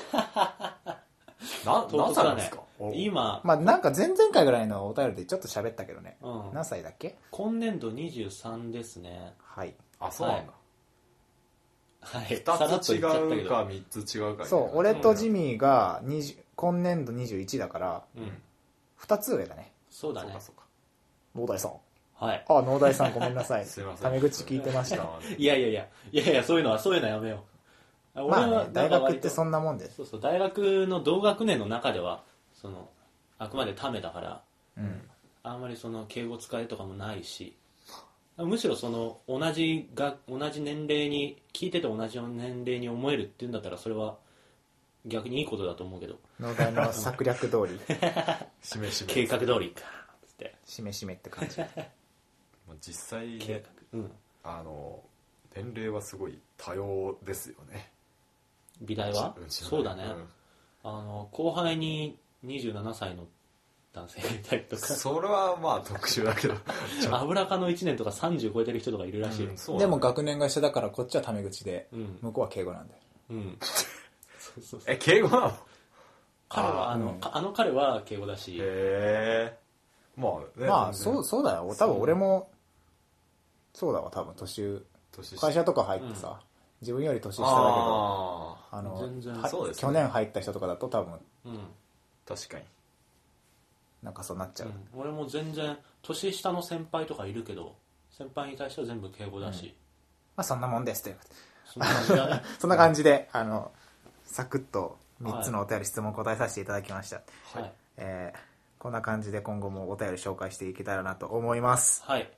な、 唐突だね何歳なんですか？お今、 まあなんか前々回ぐらいのお便りでちょっと喋ったけどね。 うん、 何歳だっけ？ 今年度にじゅうさんですね。 はい。 あ、そうなんだ。 はい。 二、 さらっとつ違言っちゃったけど。 うか、三つ違うか。 そう、俺とジミーがにじゅう今年度にじゅういちだから、 うん。 ふたつ上だね。 そうだねそうか、。そうか。 野田さん。 はい。 あ、野田さんごめんなさい。 すいませんタメ口聞いてました。 いやいやいや、いやいや、そういうのは、そういうのはやめよう。 まあね、大学ってんそんなもんで。 そうそう、大学の同学年の中では、その、あくまでためだから、 うん。 あんまりその、敬語使いとかもないし、むしろその、同じが、同じ年齢に、聞いてて同じ年齢に思えるっていうんだったら、それは、逆にいいことだと思うけど、 野田の策略通り、 しめしめ。 計画通りか、つって。 しめしめって感じ。 まあ実際計ね、 画。うん。 あの、年齢はすごい多様ですよね。 美大はうちのそうだね。 んあの、後輩ににじゅうななさいの男性がいたりとか、 それはまあ特殊だけど。 油科のいちねんとかさんじゅう超えてる人とかいるらしいようん。そうだねでも学年が一緒だからこっちはタメ口で、 うん。 向こうは敬語なんだよ。 うん。そうそうそう。 え、敬語なの？ 彼は、 あーあの、 うんかあの彼は敬語だし、 へえ。まあね。 まあ、 全然そう、そうだよ。多分俺も、そうだわ、多分年上。 年下会社とか入ってさ、自分より年下だけど、 ああの、 全然はそうですね去年入った人とかだと多分、 うん。 ー確かに。 なんかそうなっちゃう。 うん、俺も全然、年下の先輩とかいるけど、先輩に対しては全部敬語だし、 まあそんなもんですということで。 そんな感じだね。 そんな感じで、あの、サクッとみっつのお便り質問答えさせていただきました。 はい。 えーこんな感じで今後もお便り紹介していけたらなと思います。 はい。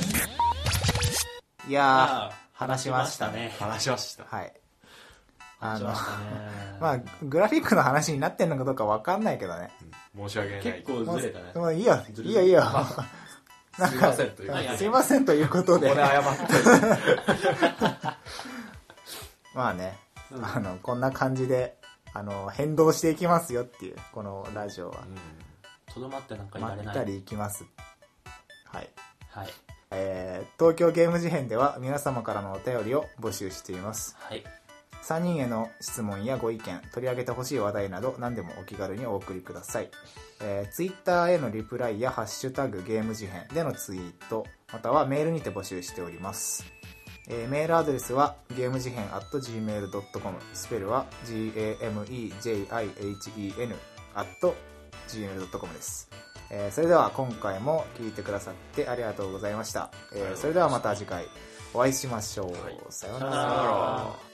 いやああー、話しましたね。。 話しました。 はい。あの話しま、したね。 まあ、グラフィックの話になってんのかどうかわかんないけどね。 申し訳ない。 結構ずれたね。 もういいよ、 ずるいいよいいよ。 すいませんというはいはいすいませんということでここで。謝って。 まあね、 うんあの、こんな感じで、あの、変動していきますよっていう、このラジオは。 とどまってなんかいられない。 まったりいきます。はい。 はい。 えー東京ゲーム事変では皆様からのお便りを募集しています。 はい。 さんにんへの質問やご意見、取り上げてほしい話題など何でもお気軽にお送りください。えー、Twitter へのリプライやハッシュタグゲーム事変でのツイート、またはメールにて募集しております。えーメールアドレスはゲーム事変 アットジーメールドットコム、 スペルは ジーエーエムイージェイアイエイチイーエヌ アット ジーメールドットコム です。えーそれでは今回も聞いてくださってありがとうございました。えーそれではまた次回お会いしましょう。 はいさようなさようならら。